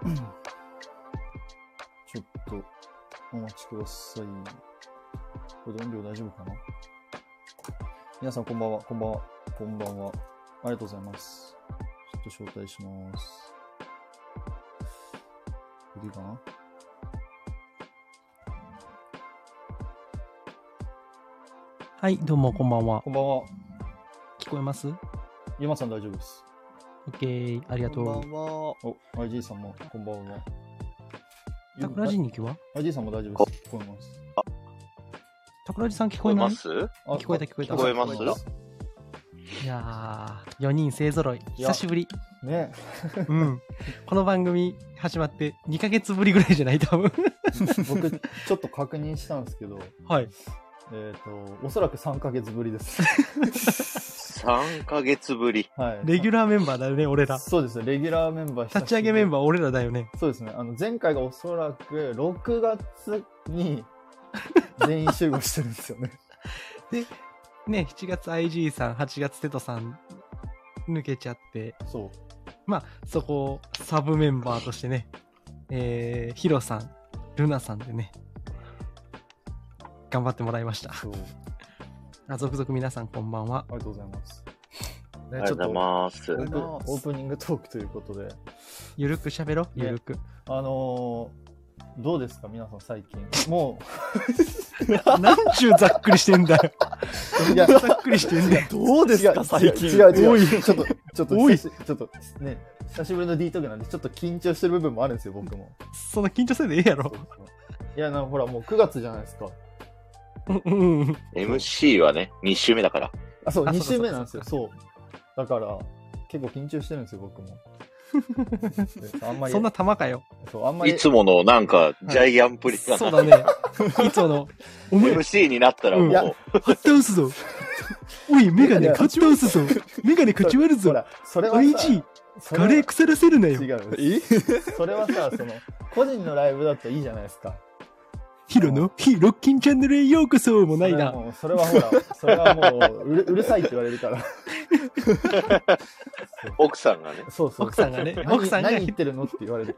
ちょっとお待ちください。これで音量大丈夫かな？皆さんこんばんは、こんばんは、こんばんは。ありがとうございます。ちょっと招待します。これでいいかな？ はい、どうもこんばんは。 こんばんは。 聞こえます？ ゆまさん大丈夫です。 オッケー、ありがとう。 こんばんは。 お、IG さんもこんばんは。 タクラジに行くわ。 IG さんも大丈夫です。聞こえます。 タクラジさん聞こえない？ 聞聞こえた聞こえた。 こえます？ いやー、4人勢ぞろい。久しぶり。 ね。 うん。この番組始まって2ヶ月ぶりぐらいじゃない多分。 僕、ちょっと確認したんですけど、 はい。 おそらく3ヶ月ぶりです。 3ヶ月ぶり。 はい。 レギュラーメンバーだよね、俺ら。 そうですね、レギュラーメンバー。 立ち上げメンバー俺らだよね。 そうですね。前回がおそらく6月に全員集合してるんですよね。 で、ね、7月 IG さん、8月テトさん抜けちゃって、 そう。 まあ、そこをサブメンバーとしてね、ヒロさん、ルナさんでね、頑張ってもらいました。 そう。 続々皆さんこんばんは。 ありがとうございます。 ありがとうございます。 オープニングトークということで。 ゆるく喋ろ、 ね、 ゆるく。 どうですか皆さん最近。もう。なんちゅうざっくりしてんだよ。いや、ざっくりしてんだよ。 どうですか最近。 違う。ちょっとね、久しぶりの D トークなんでちょっと緊張してる部分もあるんですよ、僕も。 そんな緊張せんでええやろ。 いや、ほら、もう9月じゃないですか。 MC はね、2週目だから。 あ、そう、2週目なんですよ。そう。だから、結構緊張してるんですよ、僕も。あんまりそんな玉かよ。 そう、あんまり。 いつものなんか、ジャイアンプリだな。 そうだね。いつもの、 お前 MC になったらもう。 はったうすぞ。おい、メガネ勝ち倒すぞ。メガネ勝ち割るぞ。 ほら、それはさ、 IG、カレー腐らせるなよ。 違う。それはさ、個人のライブだといいじゃないですか。 ヒロのヒロッキンチャンネルへようこそもないな。 それはほら、それはもううるさいって言われるから。 奥さんがね。 そう。 奥さんがね。 何言ってるのって言われるから。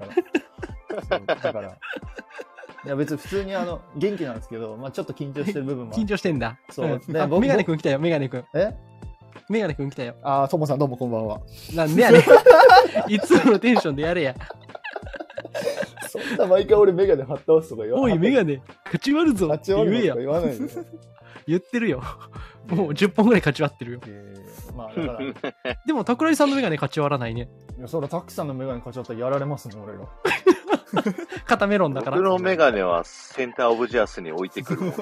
だから。いや別に普通に元気なんですけど、まあちょっと緊張してる部分も。 緊張してんだ。 そう。 メガネくん来たよ、メガネくん。メガネくん来たよ。 ともさんどうもこんばんは。 なんでやねん。いつものテンションでやれや。 そんな毎回俺メガネ貼ったすとか言わない。 おい、メガネ、勝ち割るぞって言えや。 言わないで。 言ってるよ。もう10本ぐらい勝ち割ってるよ。 まあだから。 でも、桜井さんのメガネ勝ち割らないね。 いや、そら、タクさんのメガネ勝ち割ったらやられますもん、俺が。 肩メロンだから。 僕のメガネはセンターオブジャスに置いてくるもん。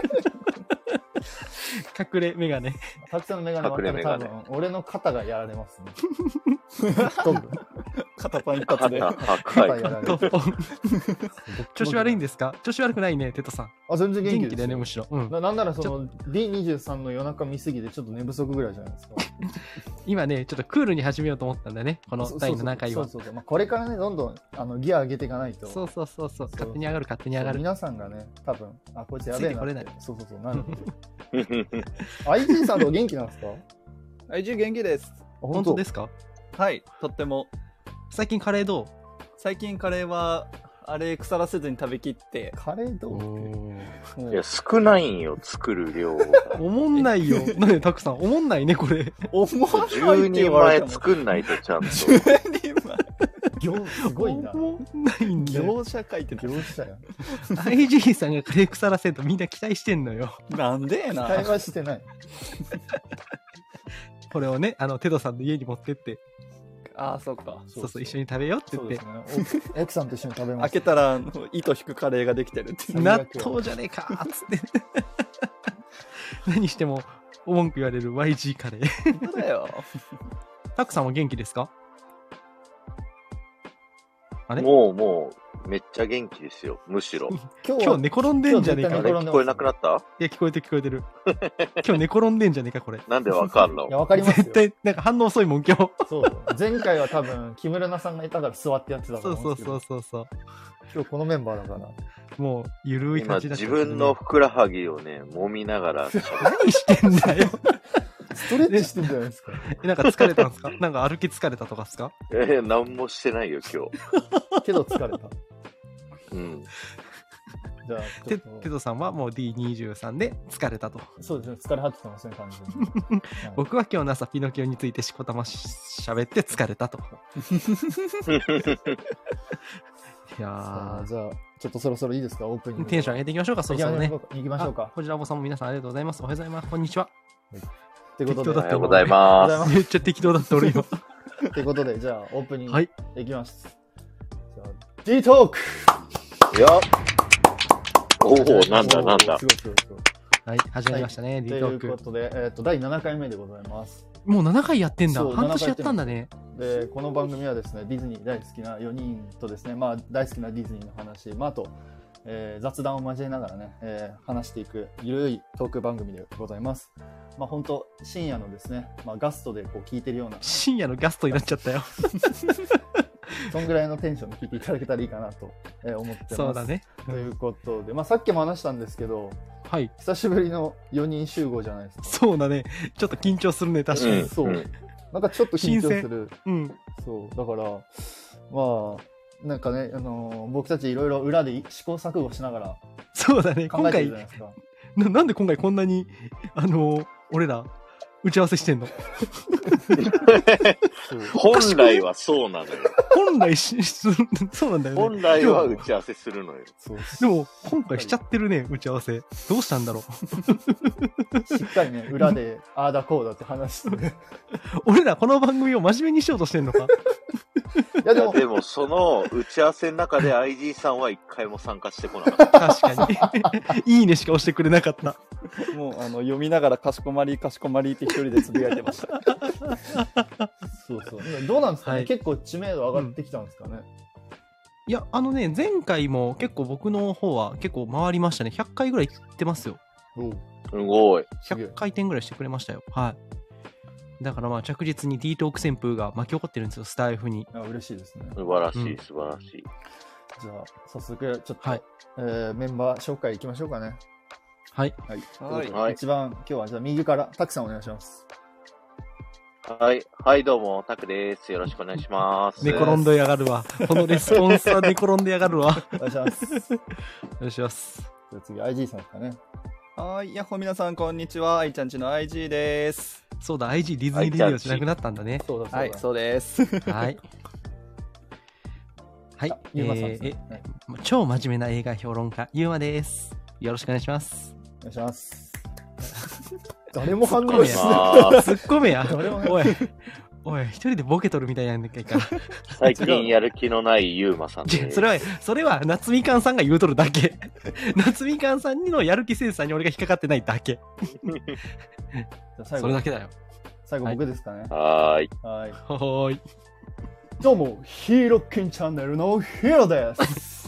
隠れメガネ。 タクさんのメガネは多分、俺の肩がやられますね。 肩パン一発で。 肩やられる。 調子悪いんですか？調子悪くないね、テトさん。 全然元気だよね、むしろ。 なんならD23 の夜中見すぎてちょっと寝不足ぐらいじゃないですか。 今ね、ちょっとクールに始めようと思ったんだね、この第7回は。 そう。まあ、これからね、どんどんギア上げていかないと。 そう。勝手に上がる。 皆さんがね、多分、こいつやべえな。 これない。 そう。なるほど。IG さんと元気なんですか？ IG 元気です。 本当ですか？ はい、とっても。 最近カレーどう？ 最近カレーは、あれ腐らせずに食べきって。 カレーどう？ いや、少ないんよ、作る量が。 おもんないよ。なんで、たくさん、おもんないね、これ。 おもんないって 10人前作んないとちゃんと。 10人前。 すごいな。 おもんないんだよ。 業者書いてる。 業者や。 IG さんがカレー腐らせんとみんな期待してんのよ。 なんでやな。 期待はしてない。 これをね、テドさんの家に持ってって。 そうか。 そう、一緒に食べようって言って。 奥さんと一緒に食べます。 開けたら、糸引くカレーができてるって。 納豆じゃねえかーっつって。何しても文句言われる YG カレー。 本当だよ。 タクさんは元気ですか？あれ？ もう、めっちゃ元気ですよ。むしろ。 今日寝転んでんじゃねえか。 あれ聞こえなくなった？ いや、聞こえてる。今日寝転んでんじゃねえか、これ。 なんでわかんの？ いや、わかりますよ。 絶対、なんか反応遅いもん、今日。 そう。前回は多分、木村菜さんがいたから座ってやってたと思うんですけど。 そう。 今日このメンバーだから。 もう、ゆるい感じだった、 今、自分のふくらはぎをね、揉みながら。 何してんだよ。 ストレッチしてんじゃないですか。 なんか疲れたんですか？なんか歩き疲れたとかですか？ 何もしてないよ、今日。 けど疲れた。 うん。 じゃあ、ちょっとテトさんはもう D23 で疲れたと。 そうですね、疲れ果ててますね、完全に。はい僕は今日の朝ピノキオについてしこたま喋って疲れたと。いやさあじゃあ、ちょっとそろそろいいですか、オープニング。 テンション上げていきましょうか、そろそろね。 行きましょうか。 こちらおばさんも皆さんありがとうございます。おはようございます。こんにちは。 ということで、 適当だっておはようございまめっちゃ適当だって俺今。 ということで、じゃあ、オープニング、 はいいきます。じゃあ、D トークす。いや。おお、なんだなんだす。ごいすごいすごい。 はい、始まりましたね、 と D いトーク。 うことで、第7回目でございます。 もう7回やってんだ。 そう半年やったんだね。 で、この番組はですね、ディズニー大好きな4人とですね、まあ、大好きなディズニーの話、まあ、あと、雑談を交えながらね、話していくゆるいトーク番組でございます。まあ、本当深夜のですね、まあ、ガストでこう聞いてるような、 深夜のガストになっちゃったよ。 そんぐらいのテンションで聞いていただけたらいいかなと思ってます。 そうだね。 ということで、まあ、さっきも話したんですけど、 はい。 久しぶりの4人集合じゃないですか。 そうだね。ちょっと緊張するね、確かに。 そううんなんかちょっと緊張する。 うん。 そう。だから、まあ、なんかね、僕たちいろいろ裏で試行錯誤しながらそうだね。今回考えてるじゃ、ないですか。 なんで今回こんなに、俺ら、打ち合わせしてんの？ そう本来はそうなのよ。 本来そうなんだよね。 本来は打ち合わせするのよ。 そうでも、今回しちゃってるね、打ち合わせ。どうしたんだろう。 しっかりね、裏でああだこうだって話してね。 俺らこの番組を真面目にしようとしてんのか？ いやでも、 でも、その打ち合わせの中で IG さんは一回も参加してこなかった。 確かに。いいねしか押してくれなかった。 もう読みながらかしこまりかしこまりって一人でつぶやいてました。 そうそう。どうなんですかね、 はい結構知名度上がってきたんですかね。 いや、前回も結構僕の方は結構回りましたね。100回ぐらい行ってますよ。 おうすごい。 すげえ 100回転ぐらいしてくれましたよ。はい。だからまあ着実に D トーク旋風が巻き起こってるんですよ、スタイフに。 あ嬉しいですね。 素晴らしい、 うん素晴らしい。 じゃあ、早速、ちょっと、 はいメンバー紹介いきましょうかね。 はい。 はい。 はいはい一番、今日はじゃあ右から、たくさんお願いします。 はい。はい、どうも、タクです。よろしくお願いします。 寝転んでやがるわ。このレスポンスは寝転んでやがるわ。 お願いします。じお願いします。 ゃあ次、IG さんですかね。 はい、やっほー皆さんこんにちは。いちゃんちの IG です。 そうだ、IG ディズニーレディオしなくなったんだね。 そうだ、そうだ。 はい、そうです。 はい。はいあ。ゆうまさんですね。はい超真面目な映画評論家、ゆうまです。よろしくお願いします。 お願いします。誰も反応しない。 まあ、 ツッコめや。 誰もねおい、おい、一人でボケとるみたいなんだけど。 最近やる気のないユーマさんです。 それは、夏みかんさんが言うとるだけ。夏みかんさんのやる気センサーに俺が引っかかってないだけ。 じゃあ最後、 それだけだよ。 最後僕ですかね。 はーい。 はい。 はーい。 どうも、ヒーローキンチャンネルのヒーローです。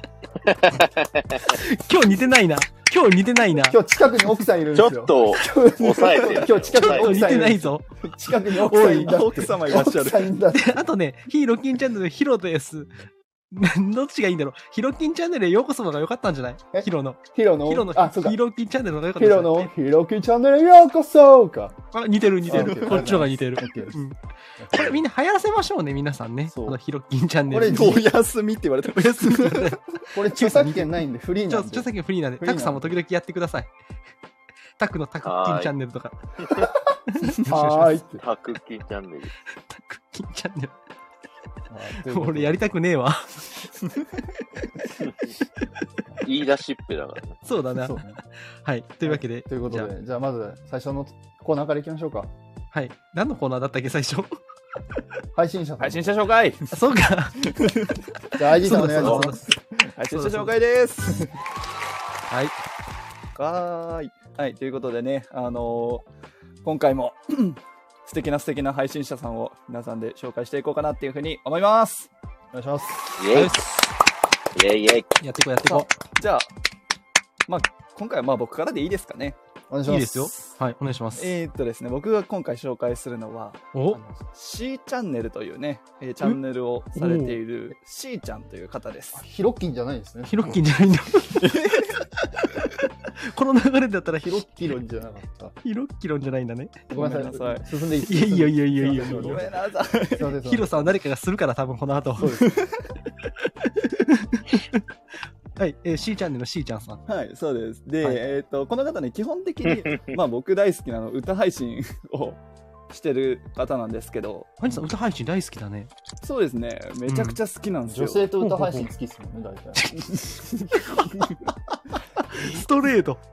今日似てないな。今日似てないな。 今日近くに奥さんいるんですよ。 ちょっと、抑えてよ。 今日近くにちょっと似奥さんいる。 てないぞ。 近くに奥さんいるんだって。 奥様いらっしゃる奥さんいるんだって。 あとね、ヒーローキンチャンネルヒロです。どっちがいいんだろう。ヒロキンチャンネルへようこそのが良かったんじゃない？ えヒロの。 ヒロの、 ヒロの、 あ、そうか。 ヒロキンチャンネルのが良かったヒロんじゃない？ のヒロキンチャンネルへようこそか。 あ、似てる似てる。 あオッケーこっちの方が似てるオ。ッケーですうん。これみんな流行らせましょうね、皆さんね。 そうこのヒロキンチャンネル。 これお休みって言われてお休みください。 これ著作権ないんでフリーなんで。 著作権フリーなんで、 フリーなんでタクさんも時々やってください。タクのタクキンチャンネルとか。 はーいって。 タクキンチャンネル。 タクキンチャンネはいというル。 ことで俺やりたくねえわ。 言い出しっぺだからね。 そうだなそう。ね。 はい。というわけで。 ということじゃで、じゃあまず最初のコーナーからいきましょうか。 あはい。何のコーナーだったっけ、最初。 配信者さん。 配信者紹介あそうか。 じゃあ ID さんお願いしそうだます。 配信者紹介です。 はい。 はーい。はい、ということでね、今回も素敵な配信者さんを皆さんで紹介していこうかなっていうふうに思います。 お願いします。 イェイ。イェイイェイ。 やっていこう、やっていこじゃあ、まあ、今回はまあ僕からでいいですかね。 う。 お願いします。 いいですよ。はい、お願いします。 ですね、僕が今回紹介するのは、 お C チャンネルというね、チャンネルをされている C ちゃんという方です。 ヒロッキンじゃないですね。 ヒロッキンじゃないんだ。 この流れだったらヒロッキロンじゃなかった。 ヒロッキロンじゃないんだね。 ごめんなさい。進んでいいいやいやいやいやいやすいませんごめんなさい。 すいません。 ヒロさんは誰かがするから多分この後。 そうです。 はい、C チャンネルの C ちゃんさん。 はい、そうです。で、 はいこの方ね、基本的に、まあ僕大好きな歌配信をしてる方なんですけど、 ハニさん歌配信大好きだね。 そうですね、めちゃくちゃ好きなんですよ。 女性と歌配信好きっすもんね、大体。 ストレート。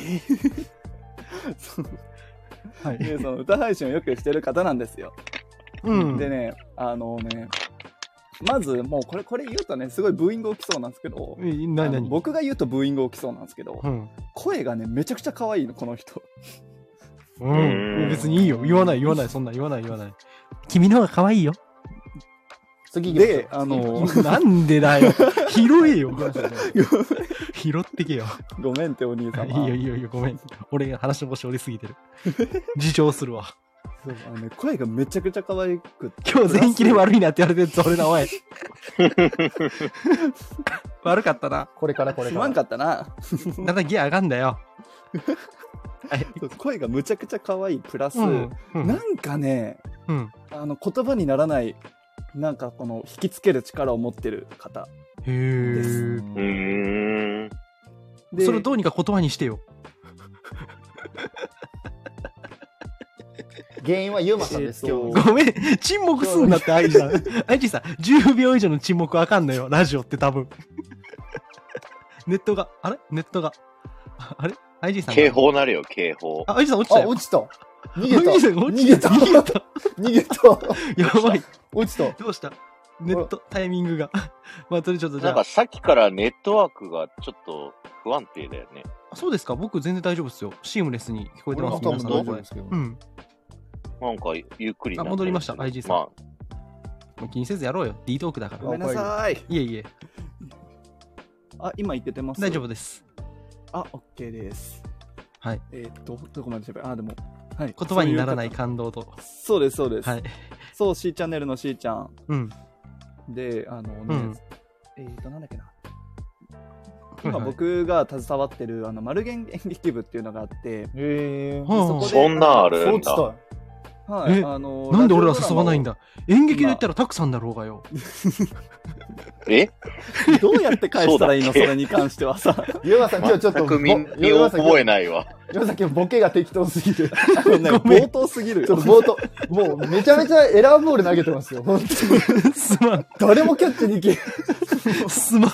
そうはい。 でその歌配信をよくしてる方なんですよ。 うん。 でね、まずもうこれ言うとね、すごいブーイング起きそうなんですけど、 何僕が言うとブーイング起きそうなんですけど、 うん。 声がね、めちゃくちゃ可愛いの、この人。 うん。別にいいよ。言わない、そんな言わない。君の方が可愛いよ。 次行きで、 なんでだよ。拾えよ。 ましょう。 拾ってけよ。 ごめんってお兄様。 いいよ、ごめん。俺が話の腰折りすぎてる。自重するわ。 そう声がめちゃくちゃ可愛くって。 今日全員切れ悪いなって言われてるぞ、俺な、おい。悪かったな。 これから。 すまんかったな。 だんだんギア上がんだよ。はい。 声がむちゃくちゃ可愛いプラス、 うん。 なんかね、 うん。 言葉にならない、なんかこの引きつける力を持ってる方。 へー。 でそれをどうにか言葉にしてよ。 原因はユーマさんです、今日。 ごめん、沈黙すんなって、アイジさん。アイジさん、10秒以上の沈黙あかんのよ、ラジオって多分。ネットが、あれアイジさん。 警報なるよ、警報。 あ、アイジさん落ちたよ。 落ちた。逃げた。 アイジさんが落ちた。 逃げた。 やばい。 落ちた。 どうしたネット、タイミングが。まあ、それちょっとじゃなんかさっきからネットワークがちょっと不安定だよね。 あ、そうですか。僕全然大丈夫ですよ。シームレスに聞こえてます。 多分大皆さんの声丈夫ですけど。 うん。 なんかゆっくりなったりする。 戻りました IG さんまもう気にせずやろうよ。D トークだから。 ごめんなさい。 いえいえ。 あ、今いけてます大丈夫です。 あ、OK です。 はい。 どこまで喋るでも、はい。 言葉にならないそうう感動と。 方そうです、そうです。 はい。 そう、C チャンネルの C ちゃん。 うん。 で、 うんなんだっけな。今僕が携わってる、マルゲン演劇部っていうのがあって、 へはあそこでそんなんあるんそう伝だ。 はい。 えなんで俺ら誘わないんだ。演劇で言ったらたくさんだろうがよ。 えどうやって返したらいいのそそうだっけれに関してはさ。 ユーマさん今日ちょっと、 全く見覚えないわ。 ユーマさん今日ボケが適当すぎる。 冒頭すぎるよ。 ちょっと冒頭、もうめちゃめちゃエラーボール投げてますよ。本当に。 すまん。 誰もキャッチできん。 すまん。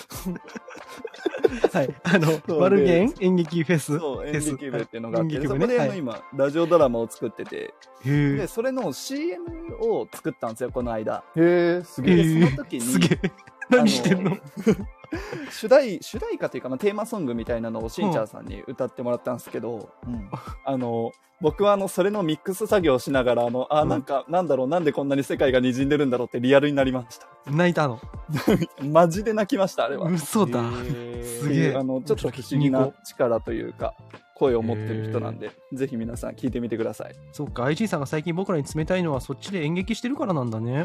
はい。 そうマルゲン演劇フェス。 そう、演フェス劇部っていうのがあって、そ演劇部ねはいこで今、ラジオドラマを作ってて、 へで、それの CM を作ったんですよ、この間。 へえ、すげえ。 で、その時に、 すげえ。何してんの主題歌というか、テーマソングみたいなのをしんちゃんさんに歌ってもらったんですけど、僕はそれのミックス作業をしながら、なんだろう、なんでこんなに世界が滲んでるんだろうってリアルになりました。 泣いたの。 マジで泣きました、あれは。 嘘だ。すげえ。 ちょっと不思議な力というか、声を持ってる人なんで、ぜひ皆さん聞いてみてください。 そっか、IG さんが最近僕らに冷たいのはそっちで演劇してるからなんだね。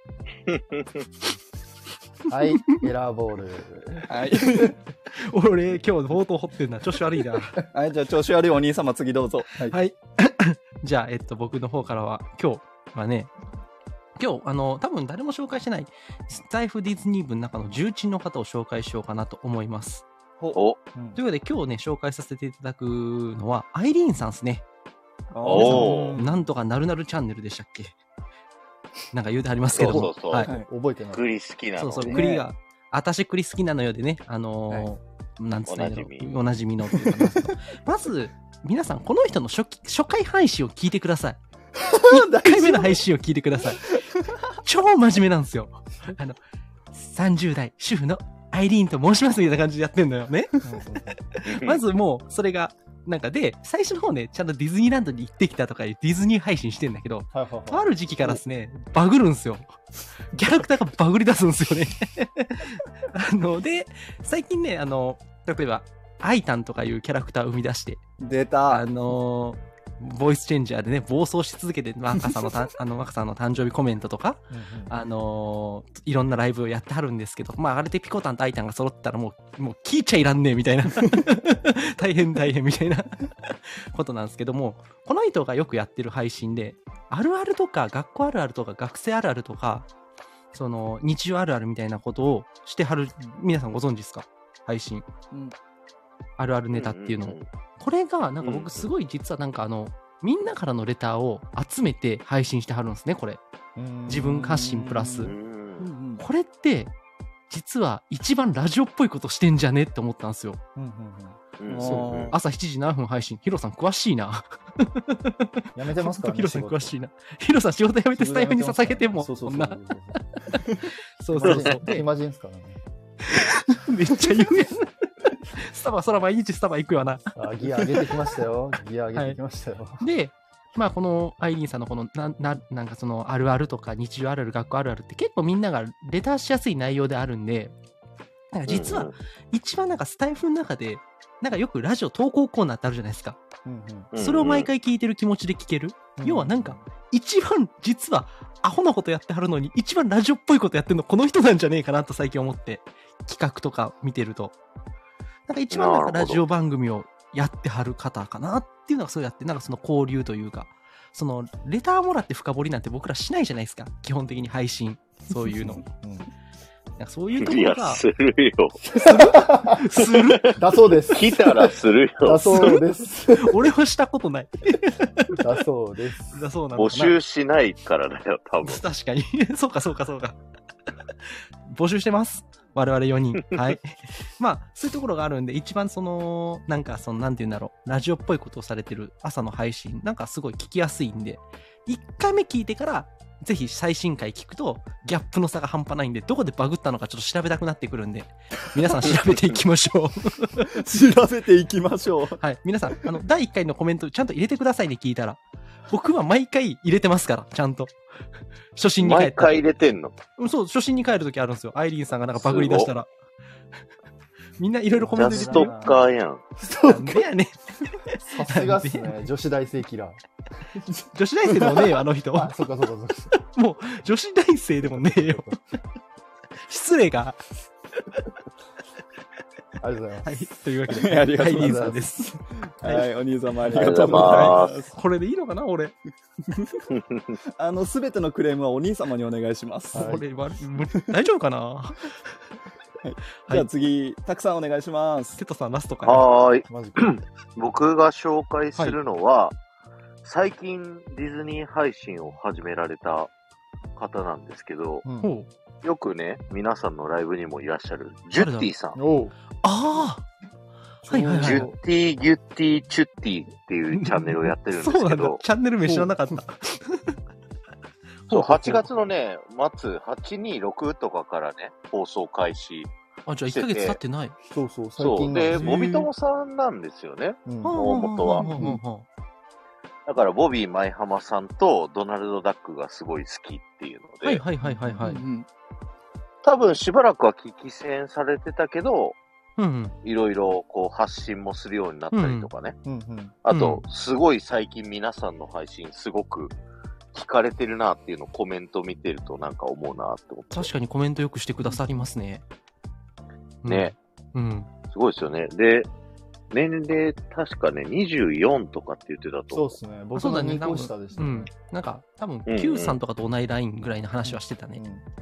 はい、エラーボール。 はい。 俺、今日冒頭掘ってんな。調子悪いな。 はい、じゃあ調子悪いお兄様次どうぞ。はい。 はい。じゃあ、僕の方からは、今日はね、多分誰も紹介してない、スタイフディズニー部の中の重鎮の方を紹介しようかなと思います。 お、 ということで、今日ね、紹介させていただくのは、アイリーンさんですね。 おーなんとかなるなるチャンネルでしたっけなんか言うてありますけども。 そうはい。 覚えてない。 栗好きなのね。 そうそう、栗が、私栗好きなのよでね、なんつったらいいんだろうおなじみのっていうかなんですけどまず、皆さん、この人の初回配信を聞いてください。1回目の配信を聞いてください。超真面目なんですよ。30代主婦のアイリーンと申しますみたいな感じでやってんのよね。まずもう、それが、なんかで、最初の方ね、ちゃんとディズニーランドに行ってきたとかいうディズニー配信してんだけど、ある時期からですね、バグるんすよ。キャラクターがバグり出すんですよね。で、最近ね、例えば、アイタンとかいうキャラクターを生み出して、 出た。 ボイスチェンジャーでね、暴走し続けて、若さんの誕生日コメントとか、いろんなライブをやってはるんですけど、あれでピコタンとアイタンが揃ったらもう聞いちゃいらんねえみたいな。大変みたいなことなんですけども、この人がよくやってる配信で、あるあるとか、学校あるあるとか、学生あるあるとか、その、日常あるあるみたいなことをしてはる、皆さんご存知ですか？配信。あるあるネタっていうのを。これが、なんか僕すごい実はなんかみんなからのレターを集めて配信してはるんですね、これ。自分発信プラス。これって、実は一番ラジオっぽいことしてんじゃねって思ったんですよ。そう朝7時何分配信。ヒロさん詳しいな。 やめてますからね。 ヒロさん詳しいな。ヒロさん仕事辞めてスタイフに捧げても。 そう。 そう。 暇人ですからね。 めっちゃ言うやん。そら毎日スタバ行くよな。 ギア上げてきましたよ。 で、このアイリーンさんのこのなんかそのあるあるとか日常あるある学校あるあるって結構みんながレターしやすい内容であるんで、なんか実は一番なんかスタイフの中でなんかよくラジオ投稿コーナーってあるじゃないですか。それを毎回聞いてる気持ちで聞ける。要はなんか一番実はアホなことやってはるのに一番ラジオっぽいことやってるのこの人なんじゃねえかなと最近思って、企画とか見てると。なんか一番なんかラジオ番組をやってはる方かなっていうのがそうやって、なんかその交流というか、そのレターもらって深掘りなんて僕らしないじゃないですか。基本的に配信。そういうの。なんかそういうところが。 するよ。 するだそうです。 来たらするよ。 だそうです。 俺はしたことない。 だそうです。 だそうなのかな。 募集しないからだよ、多分。 確かに。そうか。募集してます。我々4人。はい。そういうところがあるんで、一番なんかなんて言うんだろう。ラジオっぽいことをされてる朝の配信、なんかすごい聞きやすいんで、1回目聞いてから、ぜひ最新回聞くと、ギャップの差が半端ないんで、どこでバグったのかちょっと調べたくなってくるんで、皆さん調べていきましょう。 調べていきましょう。 はい。皆さん、第1回のコメントちゃんと入れてくださいね、聞いたら。僕は毎回入れてますから、ちゃんと。初心に帰って。 毎回入れてんの？ そう、初心に帰るときあるんですよ。アイリーンさんがなんかバグり出したら。みんないろいろコメント入れてストッカーやん。 なんでやねん。 さすがっすね。女子大生キラー。 女子大生でもねえよ、あの人。 そうか。 もう、女子大生でもねえよ。失礼が。 ありがとうございます。 はい。というわけで、 ありがとうございます。 アイリーンさんです。 はい、お兄様ありがとうございます。 これでいいのかな、俺。 すべてのクレームはお兄様にお願いします。 これは、大丈夫かな。 じゃあ次、たくさんお願いします。 テトさんラストかな。僕が紹介するのは、最近ディズニー配信を始められた方なんですけど、よくね、皆さんのライブにもいらっしゃる、ジュッティさん。 ああジュッティ、ギュッティ、チュッティっていうチャンネルをやってるんですけど。そうなんだ。 チャンネル名知らなかった。 そう、8月のね、末、826とかからね、放送開始。 あ、じゃあ1ヶ月経ってない。 そう、最近。 で、ボビトモさんなんですよね。大元は。だから、ボビー舞浜さんとドナルド・ダックがすごい好きっていうので。 はい。 多分、しばらくは危機戦されてたけど、いろいろこう発信もするようになったりとかね。あと、すごい最近皆さんの配信すごく聞かれてるなっていうのをコメント見てるとなんか思うなって思って。 確かにコメントよくしてくださりますね。 ね。すごいですよね。で、年齢確かね、24とかって言ってたと。 そうですね。僕の2個下でしたね。 なんか、多分、Q さんとかと同じラインぐらいの話はしてたね。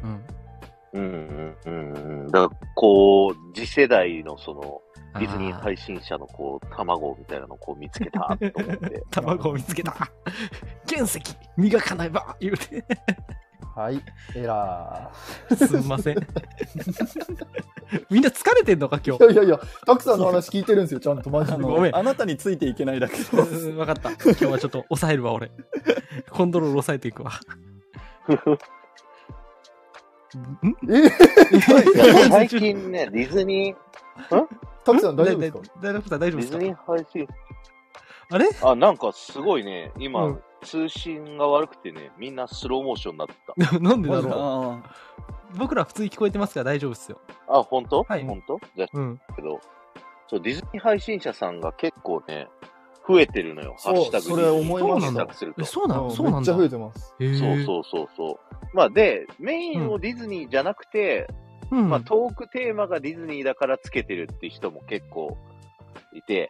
だから、こう、次世代のその、ディズニー配信者のこう、卵みたいなのをこう見つけたと思って。 卵を見つけた原石磨かないば言うて。 はい、エラー。すんません。みんな疲れてんのか今日。 いや、たくさんの話聞いてるんですよ、ちゃんとマジで。 ごめん。あなたについていけないだけです。 わかった。今日はちょっと抑えるわ、俺。コントロール抑えていくわ。 最近ね、ディズニー、 たくさん大丈夫ですか？ 大丈夫ですか？ ディズニー配信。 あれ？ なんかすごいね、今、通信が悪くてね、みんなスローモーションになってた。なんでだろう。僕ら普通に聞こえてますから大丈夫ですよ。 本当？ はい。 本当？じゃあ、けど、そう、ディズニー配信者さんが結構ね、 増えてるのよ。ハッシュタグ。 それ思いました。 そうなんだ。 めっちゃ増えてます。 そう。まあで、メインをディズニーじゃなくて、まあトークテーマがディズニーだからつけてるって人も結構いて、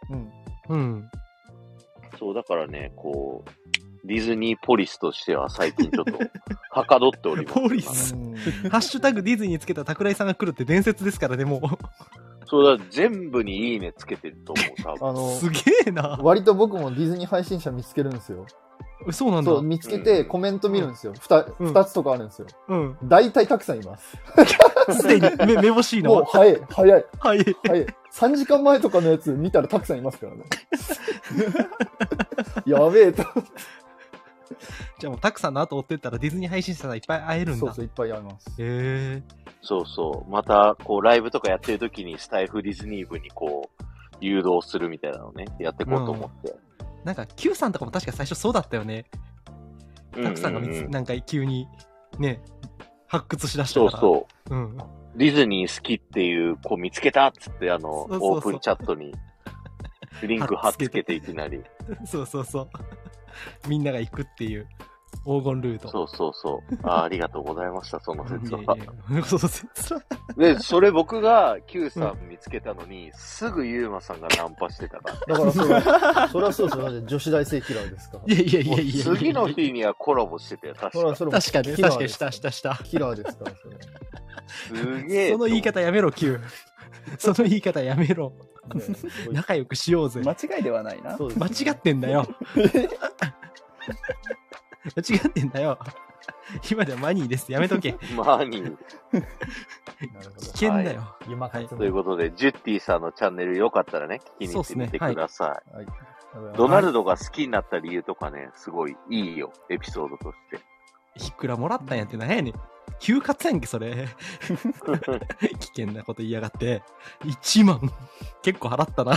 そうだからね、こう、ディズニーポリスとしては最近ちょっと、はかどっております。 ポリス。ハッシュタグディズニーつけた桜井さんが来るって伝説ですからね、もう。 そうだ、全部にいいねつけてると思う、多分。 すげえな。 割と僕もディズニー配信者見つけるんですよ。 そうなんだ。 そう、見つけてコメント見るんですよ。二つとかあるんですよ。大体たくさんいます。 すでにめぼしいな。 もう早い。3時間前とかのやつ見たらたくさんいますからね。やべえと。 じゃあもうたくさんの後追ってったらディズニー配信者さんいっぱい会えるんだ。 そう、いっぱい会えます。 そう。また、こう、ライブとかやってる時にスタイフディズニー部にこう、誘導するみたいなのをね、やっていこうと思って。 なんか Q さんとかも確か最初そうだったよね。たくさんがなんか急にね、発掘しだしたから。 そう。ディズニー好きっていう子見つけたっつってオープンチャットにリンク貼っつけていきなり。 そう。みんなが行くっていう黄金ルート。 そう。ありがとうございました、その説は。で、それ僕が Q さん見つけたのに、すぐユーマさんがナンパしてたから。 だからそれはそうですよ。女子大生キラーですから。 いや。 次の日にはコラボしてたよ、確かに。 確かに、した。 キラーですから、それ。 すげえ。 その言い方やめろ、Q。その言い方やめろ。仲良くしようぜ。 間違いではないな。 間違ってんだよ。間違ってんだよ。今ではマニーです。やめとけ。 マニー。 危険だよ。 ということで、ジュッティさんのチャンネルよかったらね、聞きに行ってみてください。ドナルドが好きになった理由とかね、すごいいいよ、エピソードとして。 いくらもらったんやってなんやねん。休活やんけ、それ。危険なこと言いやがって。1万。結構払ったな。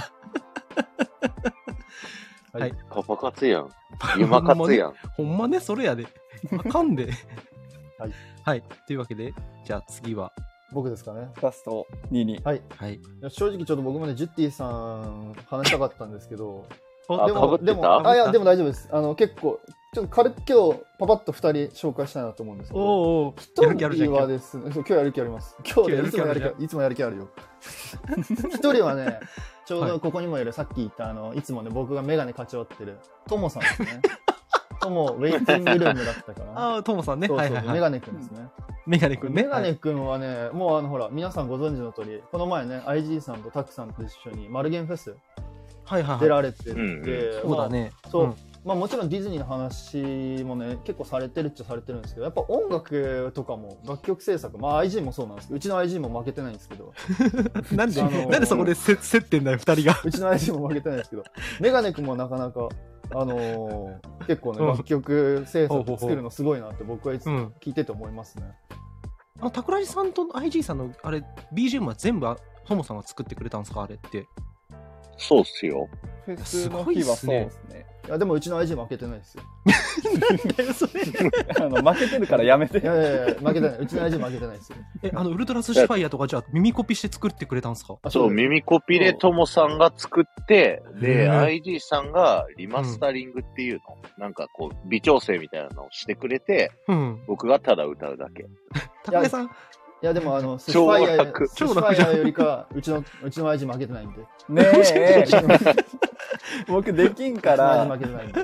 はい。パパ活やん。今活やん。 ほんまね、それやで。あかんで。はい。というわけで、じゃあ次は。 僕ですかね。 ラスト2に。 はい。正直ちょっと僕もね、ジュッティさん話したかったんですけど、でも大丈夫です。結構、ちょっと軽く今日、パパッと2人紹介したいなと思うんですけど、1人はですね、今日やる気あります。今日いつもやる気あるよ。1人はね、ちょうどここにもいる、さっき言ったいつもね、僕がメガネかち割ってる、トモさんですね。トモ、ウェイティングルームだったかな。 トモさんね。 メガネくんですね。 メガネくんね。 メガネくんはね、もうほら、皆さんご存知の通り、この前ね、IG さんとタクさんと一緒にマルゲンフェス出られてて、 そうだね。 まあもちろんディズニーの話もね、結構されてるっちゃされてるんですけど、やっぱ音楽とかも楽曲制作、まあ IG もそうなんですけど、うちの IG も負けてないんですけど。 なんでそこで競ってんだよ、二人が。 うちの IG も負けてないんですけど、メガネくんもなかなか、結構ね、楽曲制作作るのすごいなって僕はいつも聞いてて思いますね。 桜地さんと IG さんのあれ、BGM は全部トモさんが作ってくれたんですか、あれって。 そうっすよ。 フェスの日はそうですね。 いやでもうちの IG 負けてないですよ。 なんだよそれ。 負けてるからやめて。 いや負けてない。うちの IG 負けてないですよ。 ウルトラスシファイアとかじゃあ耳コピして作ってくれたんですか？ そう、耳コピでトモさんが作って、で、IG さんがリマスタリングっていうの、なんかこう、微調整みたいなのをしてくれて、僕がただ歌うだけ。 高木さんいやでもスシファイアよりかうちの IG 負けてないんで。 ねえ。僕できんから。 負けてないんで。はい。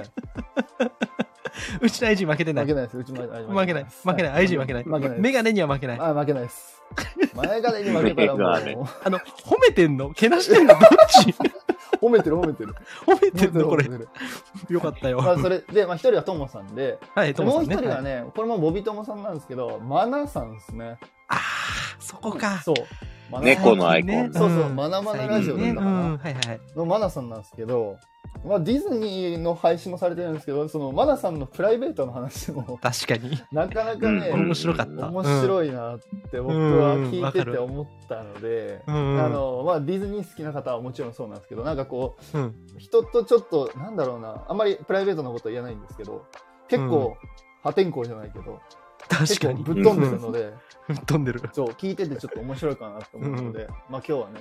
うちの IG 負けてない。 負けないです。うちの IG 負けない。負けない。IG 負けない。 負けない。 メガネには負けない。 負けないです。メガネに負けたらもう。 褒めてんの？けなしてんの？どっち？ 褒めてる。 褒めてるのこれ。よかったよ。 それで、一人はトモさんで、もう一人はね、これもボビトモさんなんですけど、マナさんですね。 ああ、そこか。 そう。 猫のアイコン。 そうそう、マナマナラジオだったかな。のマナさんなんですけど、ディズニーの配信もされてるんですけど、そのマナさんのプライベートの話も確かになかなかね、 面白かった。 面白いなって僕は聞いてて思ったので、ディズニー好きな方はもちろんそうなんですけど、なんかこう、人とちょっとなんだろうな、あんまりプライベートなことは言えないんですけど、結構破天荒じゃないけど、 確かにぶっ飛んでるので、 ぶっ飛んでる。 そう聞いててちょっと面白いかなと思うので、今日はね。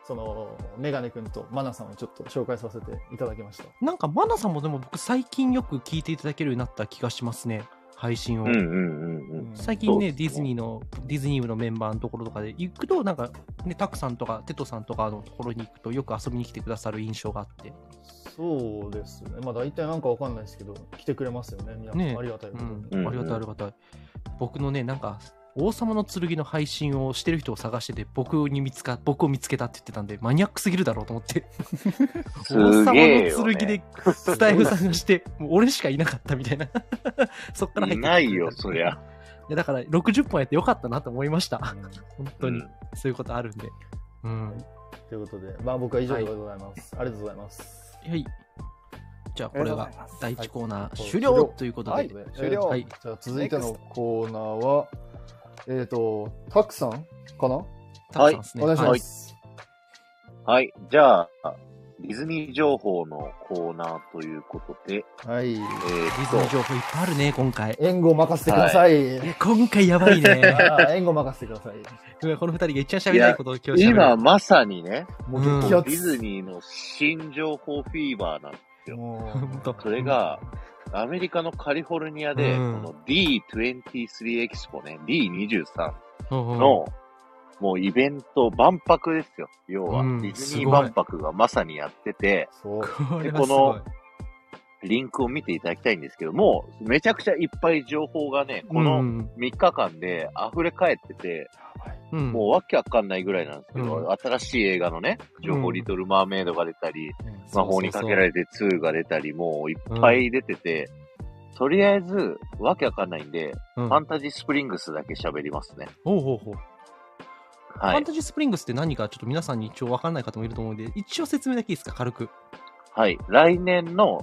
そのメガネ君とマナさんをちょっと紹介させていただきました。 なんかマナさんもでも僕最近よく聞いていただけるようになった気がしますね、配信を。最近ね、ディズニー部のメンバーのところとかで行くと、なんかね、タクさんとかテトさんとかのところに行くとよく遊びに来てくださる印象があって。 そうですね。まあ大体なんかわかんないですけど、来てくれますよね。皆さん、ね、ありがたいことに。 ありがたいありがたい。僕のね、なんか王様の剣の配信をしてる人を探してて、僕を見つけたって言ってたんで、マニアックすぎるだろうと思って。王様の剣でスタイフ探して、もう俺しかいなかったみたいな。そっから入って。 いないよ、そりゃ。 いや、だから60本やってよかったなと思いました。本当に。そういうことあるんで。 ということで、まあ僕は以上でございます。ありがとうございます。 はい。じゃあこれが第1コーナー終了ということで。 終了。じゃあ続いてのコーナーは、タクさんかな？ はい。 お願いします。 はい。じゃあ、ディズニー情報のコーナーということで。 はい。 ディズニー情報いっぱいあるね、今回。 援護任せてください。 今回やばいね。 援護任せてください。 この二人が一番喋りたいことを今日今まさにね、ディズニーの新情報フィーバーなんですよ。それが、アメリカのカリフォルニアで、この D23 エキスポね、D23 の、もうイベント、万博ですよ。要は、ディズニー万博がまさにやってて、でこのリンクを見ていただきたいんですけども、めちゃくちゃいっぱい情報がね、この3日間で溢れ返ってて、もうわけわかんないぐらいなんですけど、新しい映画のね、情報、リトル・マーメイドが出たり、魔法にかけられて2が出たり、もういっぱい出てて、とりあえず、わけわかんないんで、ファンタジースプリングスだけ喋りますね。 ファンタジースプリングスって何かちょっと皆さんに一応わからない方もいると思うんで、一応説明だけいいですか、軽く。 はい。来年の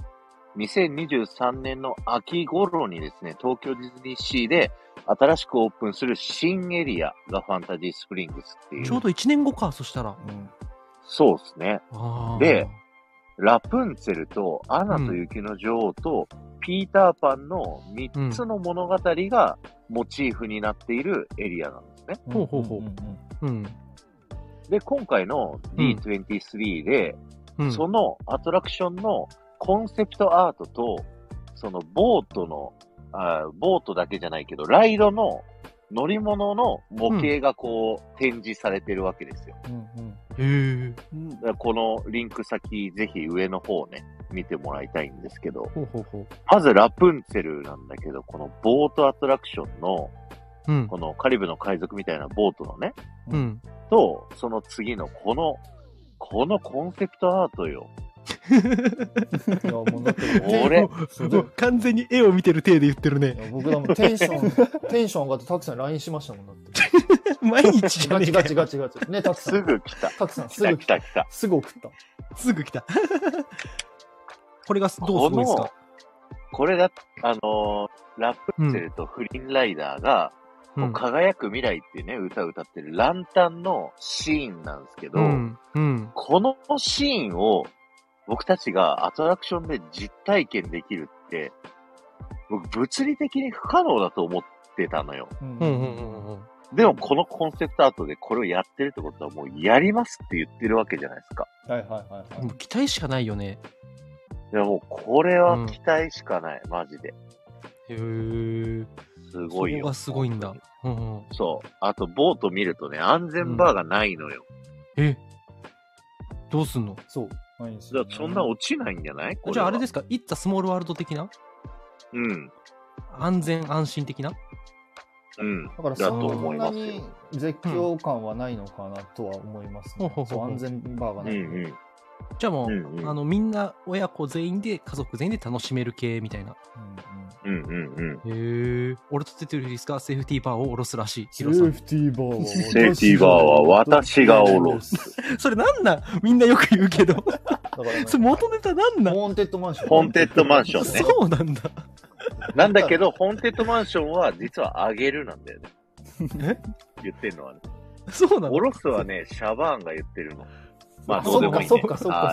2023年の秋頃にですね、東京ディズニーシーで新しくオープンする新エリアがファンタジースプリングスっていう。 ちょうど1年後か、そしたら。 そうですね。で、ラプンツェルとアナと雪の女王とピーターパンの3つの物語がモチーフになっているエリアなんですね。で、今回の D23 で、そのアトラクションのコンセプトアートと、そのボートだけじゃないけど、ライドの乗り物の模型がこう展示されてるわけですよ。このリンク先、ぜひ上の方ね、見てもらいたいんですけど、まずラプンツェルなんだけど、このボートアトラクションの、このカリブの海賊みたいなボートのね、と、その次のこのコンセプトアートよ。 俺完全に絵を見てる体で言ってるね。 僕らもテンション上がってタクさん LINE しましたもんだって。 毎日じゃねえか。 ガチね、タクさんすぐ来た。 タクさんすぐ来た。すぐ送った。 すぐ来た。これがどうすごいですか？ これだ、ラプンツェルとフリンライダーが、輝く未来っていうね、歌を歌ってるランタンのシーンなんですけど、このシーンを僕たちがアトラクションで実体験できるって、僕物理的に不可能だと思ってたのよ。でもこのコンセプトアートでこれをやってるってことはもうやりますって言ってるわけじゃないですか。 もう期待しかないよね。 いやもうこれは期待しかない、マジで。すごいよ。 そこがすごいんだ。 そう。あとボート見るとね、安全バーがないのよ。 どうすんの？ そう。 ないんですよね。そんな落ちないんじゃない？ じゃああれですか？It's a Small World 的な？安全安心的な？ だからそんなに絶叫感はないのかなとは思いますね。安全バーがない。 じゃあもう、みんな親子全員で、家族全員で楽しめる系みたいな。俺と出てるんですか？セーフティーバーを下ろすらしい。 セーフティーバーは私が下ろす。 それなんなん？みんなよく言うけど。それ元ネタなんなん？ ホーンテッドマンション。 ホーンテッドマンションね。 そうなんだ。 なんだけど、ホーンテッドマンションは実はあげるなんだよね。言ってんのはね。 そうなの？ 下ろすはね、シャバーンが言ってるの。まあ、 どうでもいいね。そっか。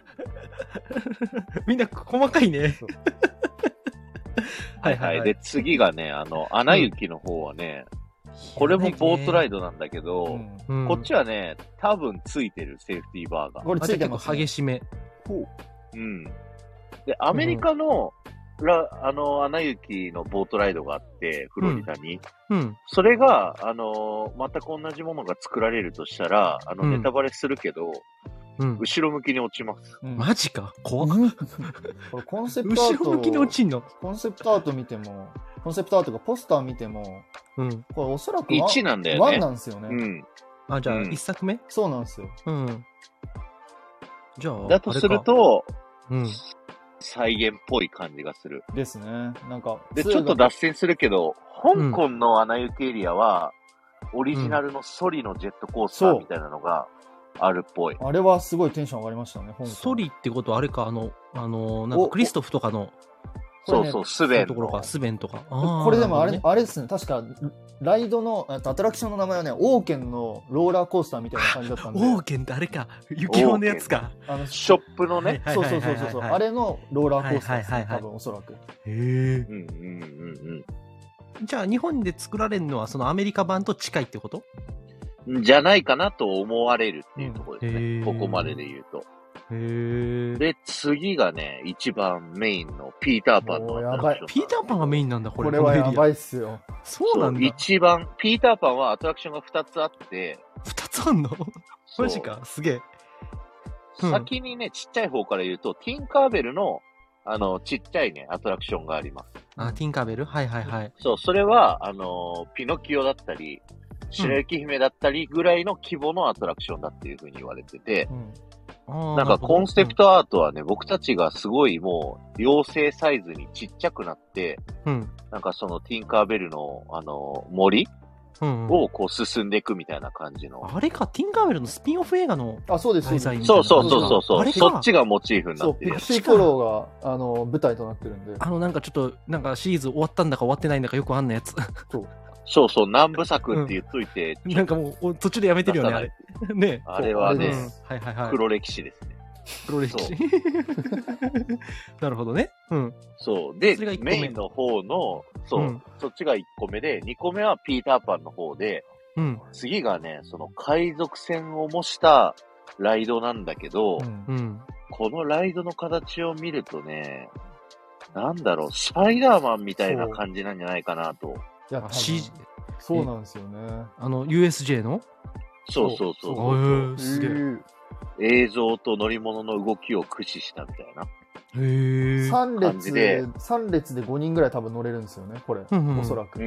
みんな細かいね。 はい。で、次がね、アナ雪の方はね、 これもボートライドなんだけど、こっちはね、多分ついてる、セーフティーバーが。 これついてます、ね。激しめ。 うん。で、アメリカの、アナ雪のボートライドがあって、フロリダに。それが、全く同じものが作られるとしたら、ネタバレするけど、後ろ向きに落ちます。 マジか怖っ。 これコンセプトアート。 後ろ向きに落ちんの？ コンセプトアート見ても、コンセプトアートがポスター見ても、これおそらく 1なんだよね。 1なんですよね。 あ、じゃあ1作目？ そうなんですよ。 じゃあ、 だとすると、再現っぽい感じがする。 ですね。なんか。 で、ちょっと脱線するけど、香港のアナ雪エリアは、オリジナルのソリのジェットコースターみたいなのがあるっぽい。 あれはすごいテンション上がりましたね、香港。 ソリってことはあれか、なんかクリストフとかの、 そうそう、スベン。 ところか、スベンとか。 これでもあれですね、確か、ライドの、アトラクションの名前はね、オーケンのローラーコースターみたいな感じだったんで。 オーケンってあれか、雪用のやつか。 ショップのね。 そう。あれのローラーコースターですね、多分おそらく。へえ。じゃあ、日本で作られるのは、そのアメリカ版と近いってこと？ じゃないかなと思われるっていうところですね。ここまでで言うと。で、次がね、一番メインのピーターパンのアトラクション。 ピーターパンがメインなんだ、これ。 これはやばいっすよ。 そうなんだ。 一番、ピーターパンはアトラクションが2つあって。 2つあんの？マジか、すげえ。 先にね、ちっちゃい方から言うと、ティンカーベルの、ちっちゃいね、アトラクションがあります。 あ、ティンカーベル？はいはいはい。 そう、それは、ピノキオだったり、白雪姫だったりぐらいの規模のアトラクションだっていう風に言われてて、なんかコンセプトアートはね、僕たちがすごいもう、妖精サイズにちっちゃくなって、なんかそのティンカーベルの、森をこう進んでいくみたいな感じの。 あれか、ティンカーベルのスピンオフ映画の。 あ、そうです。 そう。そっちがモチーフになってるやつ。 ピクシーフォローが、舞台となってるんで。 なんかちょっと、なんかシリーズ終わったんだか終わってないんだかよくあんなやつ。 そう、何部作って言っといて。 なんかもう途中でやめてるよね、あれ。ね。 あれはね、黒歴史ですね。 黒歴史。なるほどね。 そう。で、メインの方の、そっちが1個目で、2個目はピーターパンの方で、次がね、その海賊船を模したライドなんだけど、このライドの形を見るとね、なんだろう、スパイダーマンみたいな感じなんじゃないかなと。 いや、そうなんですよね。 USJ の？ そう。 すげえ。 映像と乗り物の動きを駆使したみたいな。 3列で5人ぐらい多分乗れるんですよね、これ。おそらく。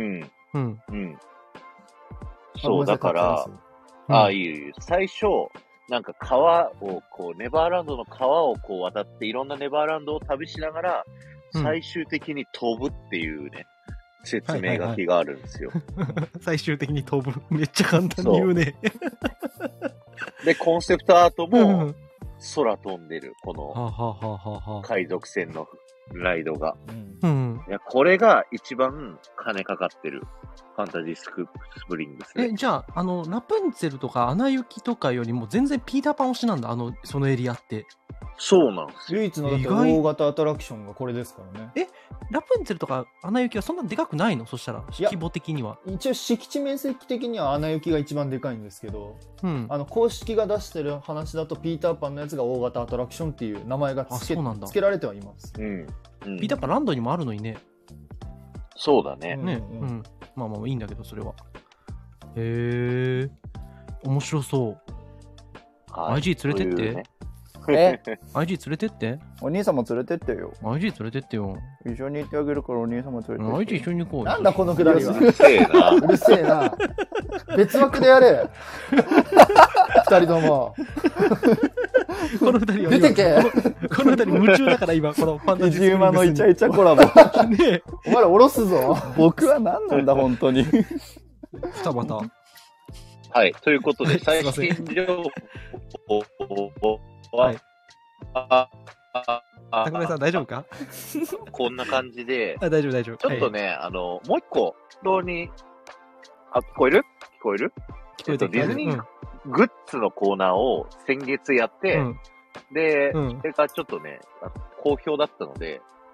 そう、だから、いい。最初、なんか川をこう、ネバーランドの川をこう渡って、いろんなネバーランドを旅しながら、最終的に飛ぶっていうね、説明書きがあるんですよ。 最終的に飛ぶ。めっちゃ簡単に言うね。 で、コンセプトアートも、空飛んでる、この、海賊船のライドが。いや、これが一番金かかってる。ファンタジースプリングスね。 じゃあ、ラプンツェルとかアナ雪とかよりも全然ピーターパン推しなんだ、そのエリアって。 そうなんですよ。唯一の大型アトラクションがこれですからね。 ラプンツェルとかアナ雪はそんなでかくないの？そしたら、規模的には。 一応敷地面積的にはアナ雪が一番でかいんですけど、公式が出してる話だとピーターパンのやつが大型アトラクションっていう名前が付けられてはいます。 ピーターパンランドにもあるのにね。 そうだね。 まあいいんだけど、それは。へえ、面白そう。IG 連れてって。IG 連れてって。 お兄様連れてってよ。 IG 連れてってよ。 一緒に行ってあげるからお兄様連れてって。 IG 一緒に行こうよ。 なんだこのくだりは。 うるせえな。 うるせえな。別枠でやれ。二人とも。 この二人は出てけ。 この二人夢中だから今、このファンタジースプリングスに。 馬のイチャイチャコラボ。 ねお前ら下ろすぞ。 僕は何なんだ、本当に。 二股。 はい。ということで、最新情報は、 高村さん大丈夫か？ こんな感じで、 大丈夫大丈夫。 ちょっとね、もう一個、聞こえる？ディズニーグッズのコーナーを先月やって、で、それがちょっとね、好評だったので、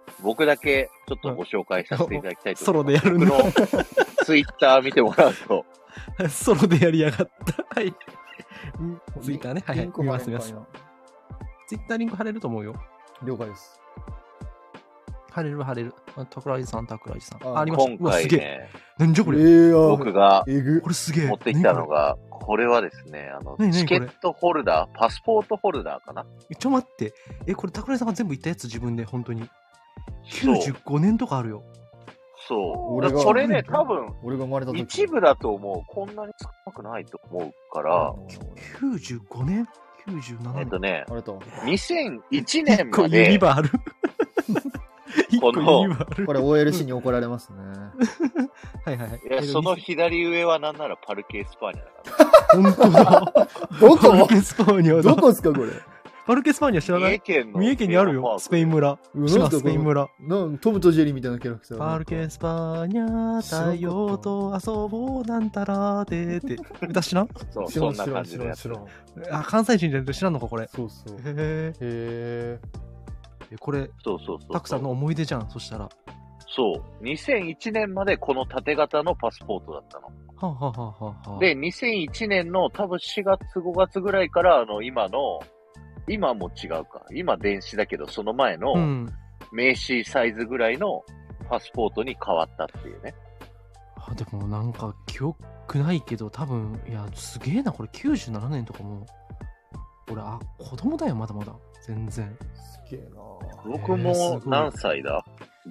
僕だけちょっとご紹介させていただきたいとソロ思います。 でやるの。 僕のツイッター見てもらうと。 ソロでやりやがった。はい。ツイッターね。はいはい。 リンク見もあれんかいます見ます。 な。 ツイッターリンク貼れると思うよ。 了解です。 貼れる貼れる。桜井さん。 あありました。 今うわ、すげえ。 回ね、 なんじゃこれ。 僕がえぐ。 これすげえ。 持ってきたのが、これはですね、 何チケットホルダー、パスポートホルダーかな。 ちょ待って。これ桜井さんが全部言ったやつ自分で、本当に。 そう 95年とかあるよ。 そう。 俺がこれね、多分、 俺が生まれた時。 一部だと思う。こんなに少なくないと思うから、 95年 ?97 年。 あれと。 2001年 1個まユニで、 バーある。1個ユニバーある。 これ OLC に怒られますね。 はいはいはい。 いや、その左上はなんならパルケ・エスパーニャだから。 本当だ。 どこパルケスパーニャだ。 どこですかこれ。 パルケスパーニャ知らない？三重県にあるよ。スペイン村。島スペイン村。 トムとジェリーみたいなキャラクター。 パルケスパーニャ、太陽と遊ぼうなんたらでって。歌知らん？ そう、そんな感じのやつ。 あ、関西人じゃなくて知らんのかこれ。 そうそう。 へえ。 これ、たくさんの思い出じゃん、そしたら。 そう。2001年までこの縦型のパスポートだったの。 はあ、はあはあはあ、 で、2001年の多分4月5月ぐらいから今も違うか。今電子だけど、その前の名刺サイズぐらいのパスポートに変わったっていうね。 あ、でもなんか記憶ないけど、多分、いや、すげえな、これ97年とかも。俺、子供だよ、まだまだ。全然。 すげえな。 僕も何歳だ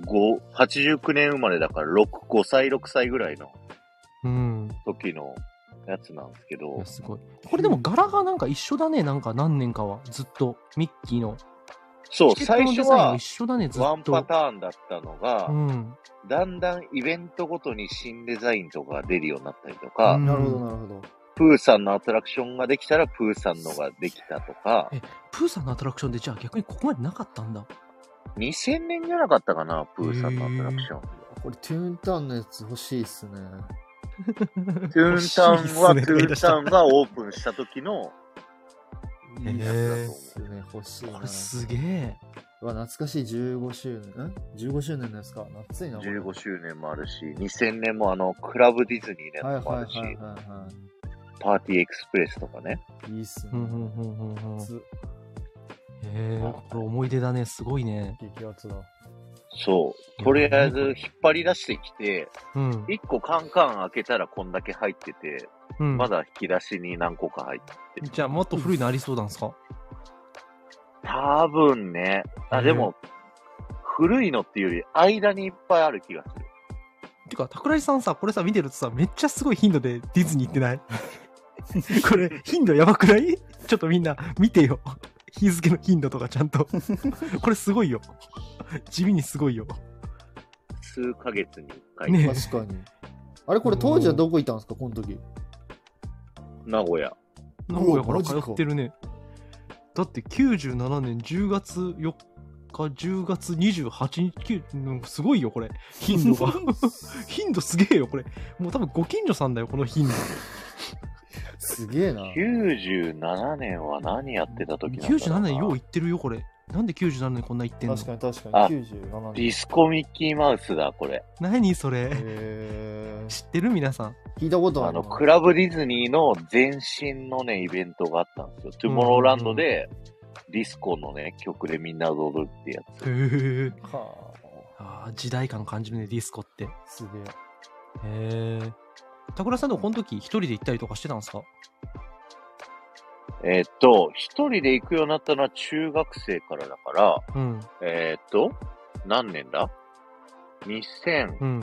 ?89 年生まれだから5歳、6歳ぐらいの時のやつなんですけど。 いや、すごい。これでも柄がなんか一緒だね、なんか何年かは。ずっと。ミッキーの。 そう、最初は一緒だね、ずっと。 ワンパターンだったのが、だんだんイベントごとに新デザインとかが出るようになったりとか、 なるほど、なるほど。 プーさんのアトラクションができたらプーさんのができたとか。 プーさんのアトラクションでじゃあ逆にここまでなかったんだ。 2000年じゃなかったかな、プーさんのアトラクション。 これトゥーンタウンのやつ欲しいっすね。 トゥーンタウンはトゥーンタウンがオープンした時のいいやつだと思う。欲しいな。 これすげえ。 懐かしい15周年。15周年のやつか。夏いな。 15周年もあるし、2000年もクラブディズニーのやつもあるし、パーティーエクスプレスとかね。 いいっすね。 これ思い出だね。すごいね。 激アツだ。 そう。とりあえず引っ張り出してきて、1個カンカン開けたらこんだけ入ってて、まだ引き出しに何個か入ってて。 じゃあもっと古いのありそうなんですか？ 多分ね。でも、古いのっていうより間にいっぱいある気がする。 てか、桜井さんさ、これさ、見てるとさ、めっちゃすごい頻度でディズニー行ってないこれ、頻度やばくない？ちょっとみんな見てよ。日付の頻度とかちゃんと。これすごいよ。地味にすごいよ。 数ヶ月に1回。 ね、確かに。あれこれ当時はどこいたんですか、この時。 名古屋。 名古屋から通ってるね。だって97年10月4日、10月28日、すごいよ、これ。頻度が。頻度すげえよ、これ。もう多分ご近所さんだよ、この頻度。 すげえな。 97年は何やってた時なんだろうな。 97年よう行ってるよ、これ。なんで97年こんな行ってんの？ 確かに97年。 ディスコミッキーマウスだ、これ。 何それ？知ってる皆さん。 聞いたことある。 クラブディズニーの前身のね、イベントがあったんですよ。トゥモローランドで、ディスコのね、曲でみんな踊るってやつ。 へぇ時代感感じるね、ディスコって。 すげえ。へぇ桜さんでもこの時一人で行ったりとかしてたんですか？ 一人で行くようになったのは中学生からだから、何年だ ?2004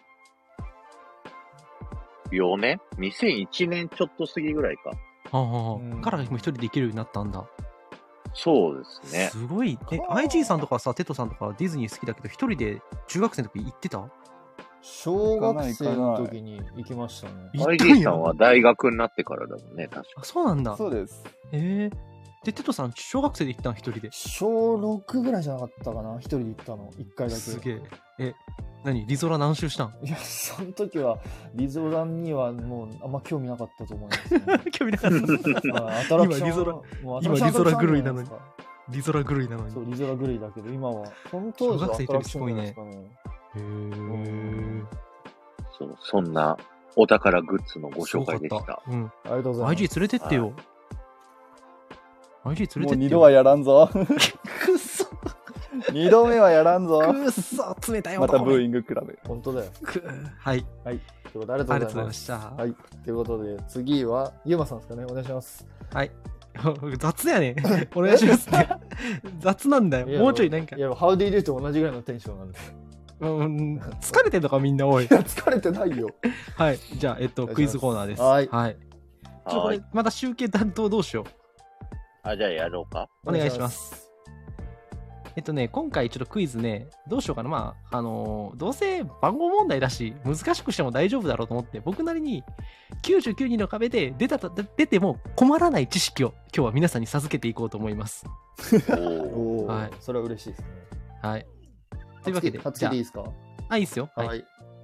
年 ?2001 年ちょっと過ぎぐらいか。 からも一人で行けるようになったんだ。 そうですね。 すごい。IG さんとかさ、テトさんとかディズニー好きだけど、一人で中学生の時行ってた？ 小学生の時に行きましたね。 IG さんは大学になってからだもんね、確か。 そうなんだ。 そうです。 で、テトさん、小学生で行ったの一人で。 小6ぐらいじゃなかったかな、一人で行ったの、一回だけ。 すげえ。何リゾラ何周したん？ いや、その時は、リゾラにはもう、あんま興味なかったと思います、ね。 興味なかった。 アトラクション。 今リゾラ狂いなのに。 リゾラ狂いなのに。 そう、リゾラ狂いだけど、今は、その当時はアトラクションじゃないですかね。 へー。 そう、そんなお宝グッズのご紹介でした。 うん。 ありがとうございます。 IG 連れてってよ。IG 連れてってよ。 もう2度はやらんぞ。 くっそ。 2度目はやらんぞ。 くっそ、冷たいまたブーイングクラブ。 本当だよ。 はい。 はい。ということで、ありがとうございました。はい。ということで、次は、ゆうまさんですかね。お願いします。 はい。雑やね。お願いしますね。雑なんだよ。もうちょいなんか。 いや、ハウディーデューと同じぐらいのテンションなんで。 疲れてんのかみんな、おい。 疲れてないよ。 はい。じゃあ、クイズコーナーです。 はい。 はい。これ、また集計担当どうしよう。 じゃあやろうか。 お願いします。今回ちょっとクイズね、どうしようかな。まあ、どうせ番号問題だし、難しくしても大丈夫だろうと思って、僕なりに99人の壁で出ても困らない知識を今日は皆さんに授けていこうと思います。 はい。それは嬉しいですね。 はい。というわけで。 初でいいですか？ いいですよ。はい。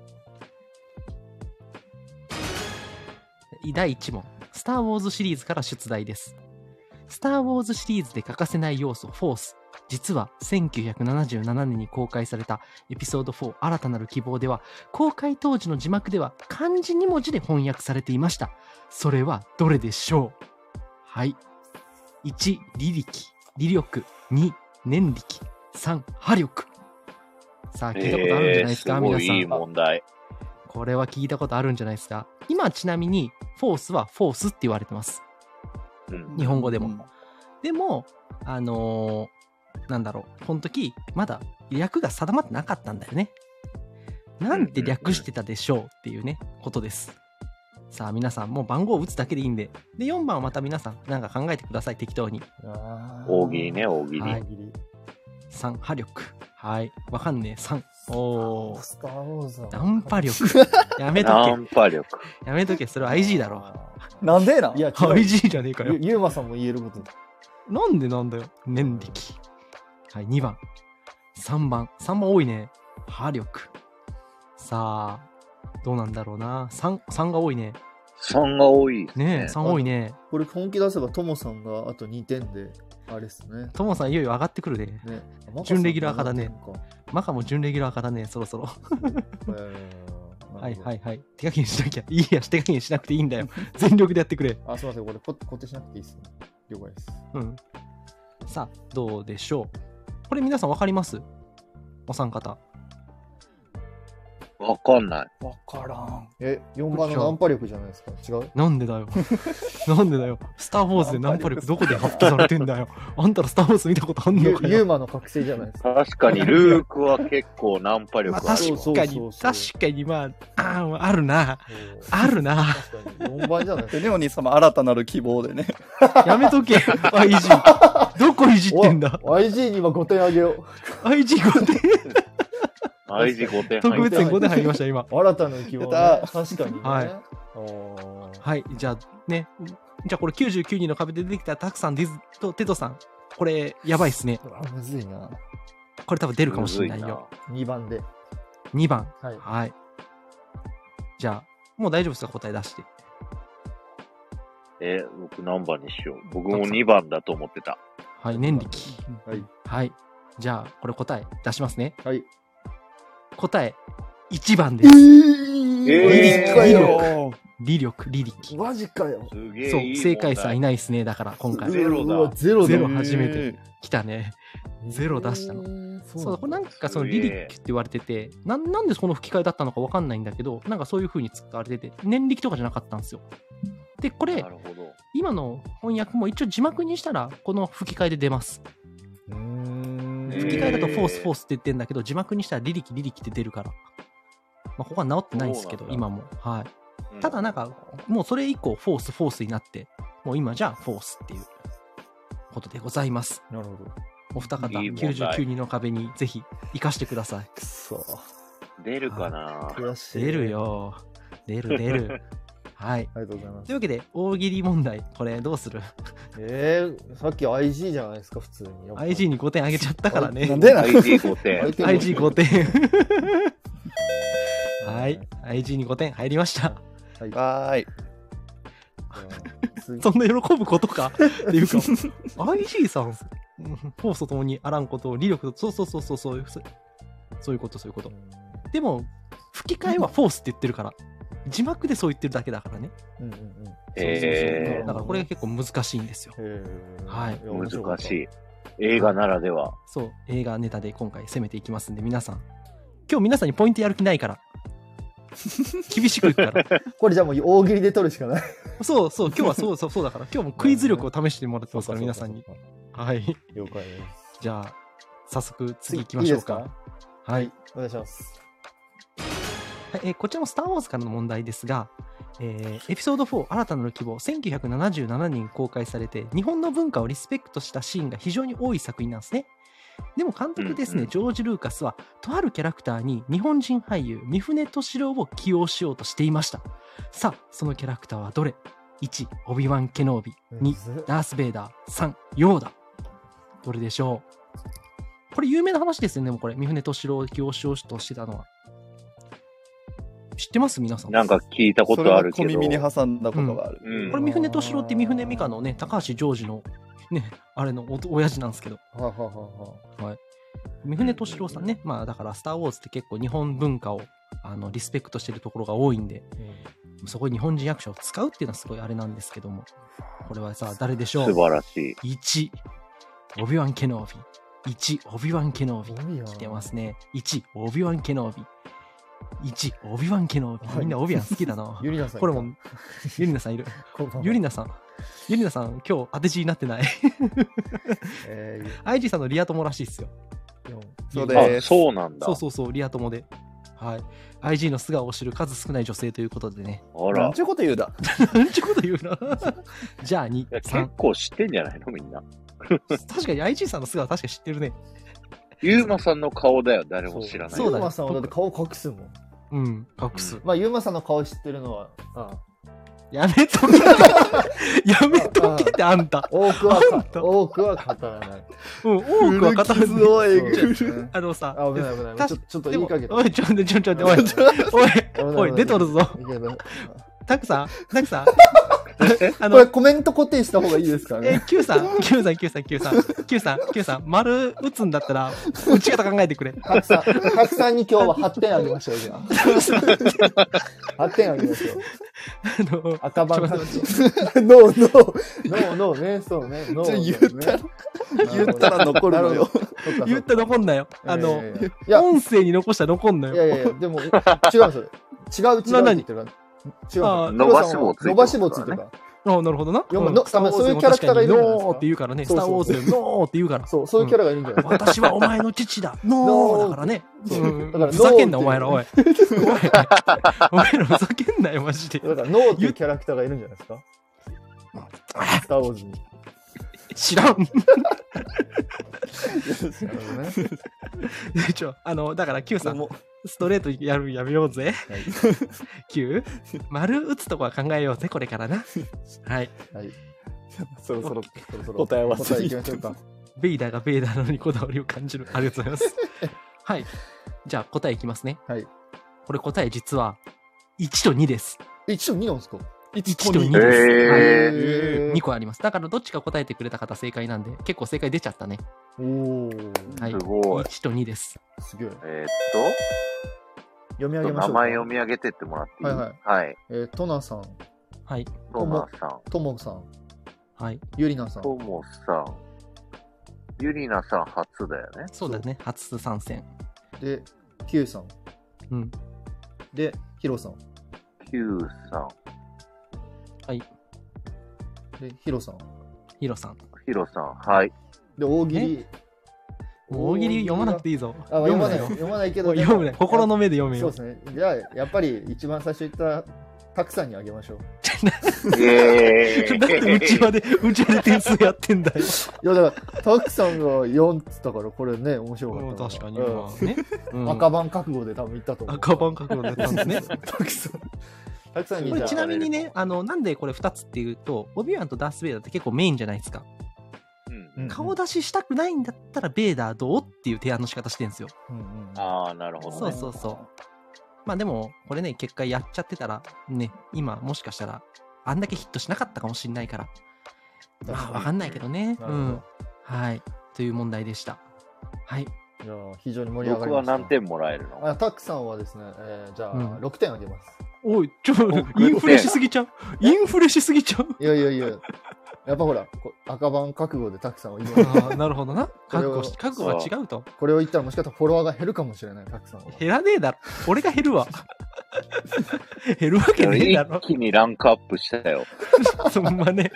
第1問。スター・ウォーズシリーズから出題です。スター・ウォーズシリーズで欠かせない要素、フォース。実は1977年に公開されたエピソード4新たなる希望では公開当時の字幕では漢字2文字で翻訳されていました。それはどれでしょう？はい。1、理力。2、念力。3、波力。さあ、聞いたことあるんじゃないですか、皆さん。 すごいいい問題。 これは聞いたことあるんじゃないですか。今ちなみにフォースはフォースって言われてます。日本語でも。でも、なんだろう、この時、まだ略が定まってなかったんだよね。なんて略してたでしょうっていうね、ことです。さあ、皆さん、もう番号を打つだけでいいんで。で、4番はまた皆さん、なんか考えてください、適当に。 大喜利ね、大喜利。 はい、3、波力。はい。わかんねえ、3。おー。 スターウォーズナンパ力。やめとけ。 ナンパ力。 やめとけ、それは IG だろ。 なんでな？ いや、 IG じゃねえかよ。 ゆうまさんも言えること。 なんでなんだよ。念力。はい、2番。3番多いね。波力。さあ、どうなんだろうな。3が多いね。 3が多いですね。 ねえ、3多いね。 これ本気出せばともさんがあと2点で、あれっすね。 ともさんいよいよ上がってくるね。準レギュラー化だね。マカも準レギュラー化だね、そろそろ。はいはいはい。手加減しなきゃ。いいや、手加減しなくていいんだよ。全力でやってくれ。 あ、すいません。これ固定しなくていいっすね。了解です。 うん。さあ、どうでしょう。これ皆さんわかります？お三方。 わかんない。 わからん。 4番のナンパ力じゃないですか。違う？ なんでだよ。なんでだよ。スター・ウォーズでナンパ力どこで発揮されてんだよ。あんたらスター・ウォーズ見たことあんのかよ。 ユーマの覚醒じゃないですか。 確かに、ルークは結構ナンパ力ある。 確かに、まあ、あるな。あるな。 確かに。4番じゃないですか。 ネオニ様新たなる希望でね。 やめとけ、IG。どこいじってんだ。 IG に今5点あげよう。 IG5 点。 IG5 点。 特別点5点入りました、今。 新たな希望ね。確かにね。 はい。じゃあね。じゃあこれ99人の壁で出てきたたくさんテトさん。これ、やばいっすね。 むずいな。 これ多分出るかもしれないよ。 2番で。 2番。 はい。 じゃあ、もう大丈夫ですか、答え出して。 僕何番にしよう。僕も2番だと思ってた。 はい、念力。 はい。 じゃあ、これ答え出しますね。 はい。 答え、1番です。理力。 マジかよ。 そう、正解者いないっすね。だから、今回。 ゼロだ。 ゼロ初めて来たね。ゼロ出したの。そう、これなんかそのリリックって言われてて、なんでその吹き替えだったのかわかんないんだけど、なんかそういう風に使われてて、念力とかじゃなかったんですよ。で、これ、今の翻訳も一応字幕にしたら、この吹き替えで出ます。吹き替えだとフォースって言ってんだけど、字幕にしたらリリって出るから。まあ、ここは直ってないですけど、今も。はい。ただなんか、もうそれ以降、フォースになって、もう今じゃあフォースっていうことでございます。 なるほど。 お二方、99人の壁にぜひ生かしてください。 くそ。 出るかな？ 出るよ。出る。はい。 ありがとうございます。 というわけで、大喜利問題、これどうする？ さっき IG じゃないですか、普通に。 IG に5点あげちゃったからね。 なんでな ?IG5 点。 IG5 点。はい。IG に5点入りました。 はい。 そんな喜ぶことかっていうか、IG さん、 フォースと共にあらんことを、理力と、そういうこと。でも、吹き替えはフォースって言ってるから、字幕でそう言ってるだけだからね。だからこれが結構難しいんですよ。はい。 難しい。映画ならでは。 そう、映画ネタで今回攻めていきますんで、今日皆さんにポイントやる気ないから。厳しくいくから。 これじゃあもう大喜利で取るしかない。 そう、今日はそうだから、今日もクイズ力を試してもらってますから、皆さんに。はい。 了解です。 じゃあ、早速次行きましょうか。はい。 お願いします。 はい、こちらもスター・ウォーズからの問題ですが、エピソード4新たなる希望1977年に公開されて日本の文化をリスペクトしたシーンが非常に多い作品なんですね。でも監督ですね、ジョージ・ルーカスはとあるキャラクターに日本人俳優三船敏郎を起用しようとしていました。さあそのキャラクターはどれ？ 1. オビワン・ケノービ、2. ダース・ベイダー、3. ヨーダ。どれでしょう？これ有名な話ですよね。もうこれ三船敏郎を起用しようとしてたのは知ってます？皆さん。 なんか聞いたことあるけど。 小耳に挟んだことがある。 これ三船敏郎って三船美佳のね、高橋ジョージのね、あれの親父なんですけど。はい。三船敏郎さんね、まあだからスター・ウォーズって結構日本文化をリスペクトしてるところが多いんで、そこに日本人役者を使うっていうのはすごいあれなんですけども、これはさ、誰でしょう？ 素晴らしい。1、オビワン・ケノービ。1、オビワン・ケノービ。来てますね。1、オビワン・ケノービ。1、オビワン・ケノービ。みんなオビワン好きだな。 ユリナさん。 これも、ユリナさんいる。ユリナさん、今日当て字になってない。IG さんのリア友らしいっすよ。 そうです。 そうなんだ。 そう、リア友で。はい。IG の素顔を知る数少ない女性ということでね。 あら。 なんちゅうこと言うだ。 なんちゅうこと言うな。じゃあ2、3。 結構知ってんじゃないのみんな。 確かに IG さんの素顔確か知ってるね。 ユーマさんの顔だよ、誰も知らない。 ユーマさんはだって顔隠すもん。 うん、隠す。 まあ、ユーマさんの顔知ってるのは、 やめとけって。やめとけってあんた。 多くは語らない。 多くは語らない。さ、 危ない。ちょっと言いかけて。 おい、ちょっと、おい、出とるぞ。タクさんこれコメント固定した方がいいですかね。 Q さん、丸打つんだったら、打ち方考えてくれ。 タクさんに今日は8点あげましょう、じゃあ。8点あげましょう。赤番タクシー。ノー、ね、そうね。ノー。 言ったら残るのよ。 言ったら残んなよ。音声に残したら残んなよ。 いや、でも、違うんですよ。違うって言ってるから。違う。 伸ばし棒ついてるから。 なるほどな。 そういうキャラクターがいるんじゃないですか。 ノーって言うからね。スター・ウォーズでノーって言うから。 そういうキャラがいるんじゃないですか。 私はお前の父だ。ノーだからね。ふざけんな、お前ら、おい。お前らふざけんなよ、マジで。 だからノーっていうキャラクターがいるんじゃないですか。スター・ウォーズに。 知らん。だから Q さん、ストレートやるやめようぜ。Q、丸打つとこは考えようぜ、これからな。はい。 そろそろ答え合わせいきましょうか。 ベイダーがベイダーなのにこだわりを感じる。ありがとうございます。はい。じゃあ答えいきますね。 はい。 これ答え実は1と2です。 1と2なんですか ？1と2です。2個あります。だからどっちか答えてくれた方正解なんで、結構正解出ちゃったね。はい。 すごい。 1と2です。 すげえ。 読み上げましょう。名前読み上げてってもらっていい？はい。 トナさん。 はい。 トナさん。 トモさん。 はい。 ユリナさん。 トモさん。ユリナさん初だよね。 そうだね。初参戦。 で、Q さん。 うん。 で、ヒロさん。 Q さん。 はい。 で、ヒロさん。 ヒロさん。 はい。 で、大喜利。 大喜利読まなくていいぞ。 読まないけど。 読むね。心の目で読めよ。 そうですね。じゃあ、やっぱり一番最初言ったタクさんにあげましょう。 なんでうちわで点数やってんだよ。 いや、だから、タクさんが4っつったから、これね、面白かった。 確かに。まあね。 赤番覚悟で多分言ったと思う。 赤番覚悟で言ったんですね。 タクさんに。 ちなみにね、なんでこれ2つっていうと、オビワンとダース・ベイダーって結構メインじゃないですか。顔出ししたくないんだったらベイダーどうっていう提案の仕方してるんですよ。 ああ、なるほど、 ね。そう。まあでも、これね、結果やっちゃってたら、ね、今もしかしたら、あんだけヒットしなかったかもしれないから。まあ、わかんないけどね。はい。 という問題でした。はい。 じゃあ、非常に盛り上がりました。 僕は何点もらえるの？ タクさんはですね、じゃあ、6点あげます。 おい、インフレしすぎちゃう。インフレしすぎちゃう。 いや。やっぱほら、赤番覚悟でタクさんを言う。なるほどな。覚悟は違うと。 これを言ったらもしかしたらフォロワーが減るかもしれない、タクさんは。 減らねえだろ。俺が減るわ。減るわけねえだろ。 一気にランクアップしたよ。 そんまね。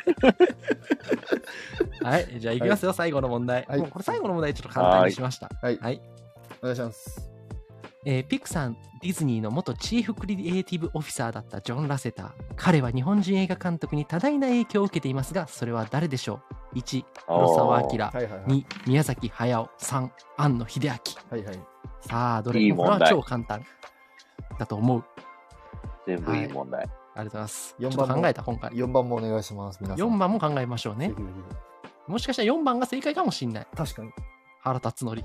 はい。じゃあ行きますよ、最後の問題。もうこれ最後の問題ちょっと簡単にしました。 はい。お願いします。 ピクサー、ディズニーの元チーフクリエイティブオフィサーだったジョン・ラセター。彼は日本人映画監督に多大な影響を受けていますが、それは誰でしょう？ 1、黒澤明。2、宮崎駿。3、庵野秀明。さあ、どれもこれは超簡単だと思う。 全部いい問題。 ありがとうございます。ちょっと考えた、今回。 4番もお願いします。皆さん。 4番も考えましょうね。もしかしたら4番が正解かもしんない。 確かに。 腹立つのり。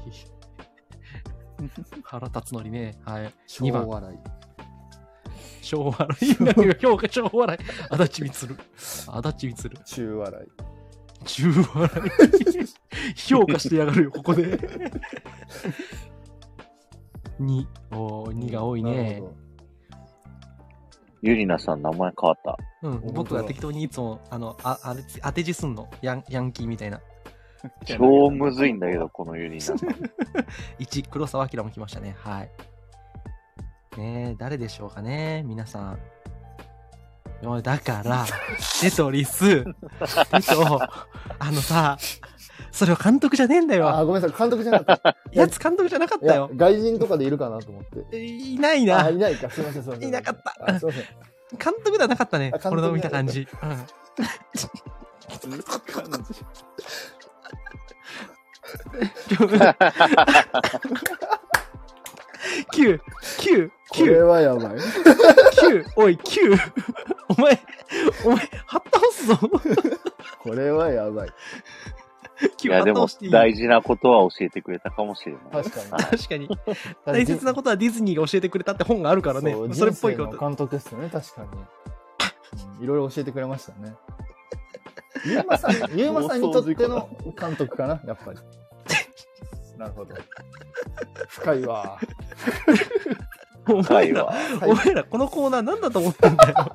腹立つのりね。はい。 小笑い。 小笑い。評価小笑い。足立みつる。 中笑い。 中笑い。評価してやがるよ、ここで。2。2が多いね。 ゆりなさん、名前変わった。 僕が適当にいつも、あれ、当て字すんの。ヤンキーみたいな。 超むずいんだけど、このユリナさん。 1、黒澤明も来ましたね。はい。ねえ、誰でしょうかね、皆さん。だから、テトリス、さ、それは監督じゃねえんだよ。 ごめんなさい、監督じゃなかった。 やつ監督じゃなかったよ。 外人とかでいるかなと思って。 いないな。 いないか、すいません。 いなかった。すいません。監督ではなかったね、これの見た感じ。9。 これはやばい。 9。おい、9。お前、貼った干すぞ。 これはやばい。 いや、でも、大事なことは教えてくれたかもしれない。 確かに。大切なことはディズニーが教えてくれたって本があるからね。それっぽいこと。 監督ですよね、確かに。いろいろ教えてくれましたね。ゆうまさんにとっての監督かな、やっぱり。なるほど。深いわ。 お前ら、このコーナー何だと思ってんだよ。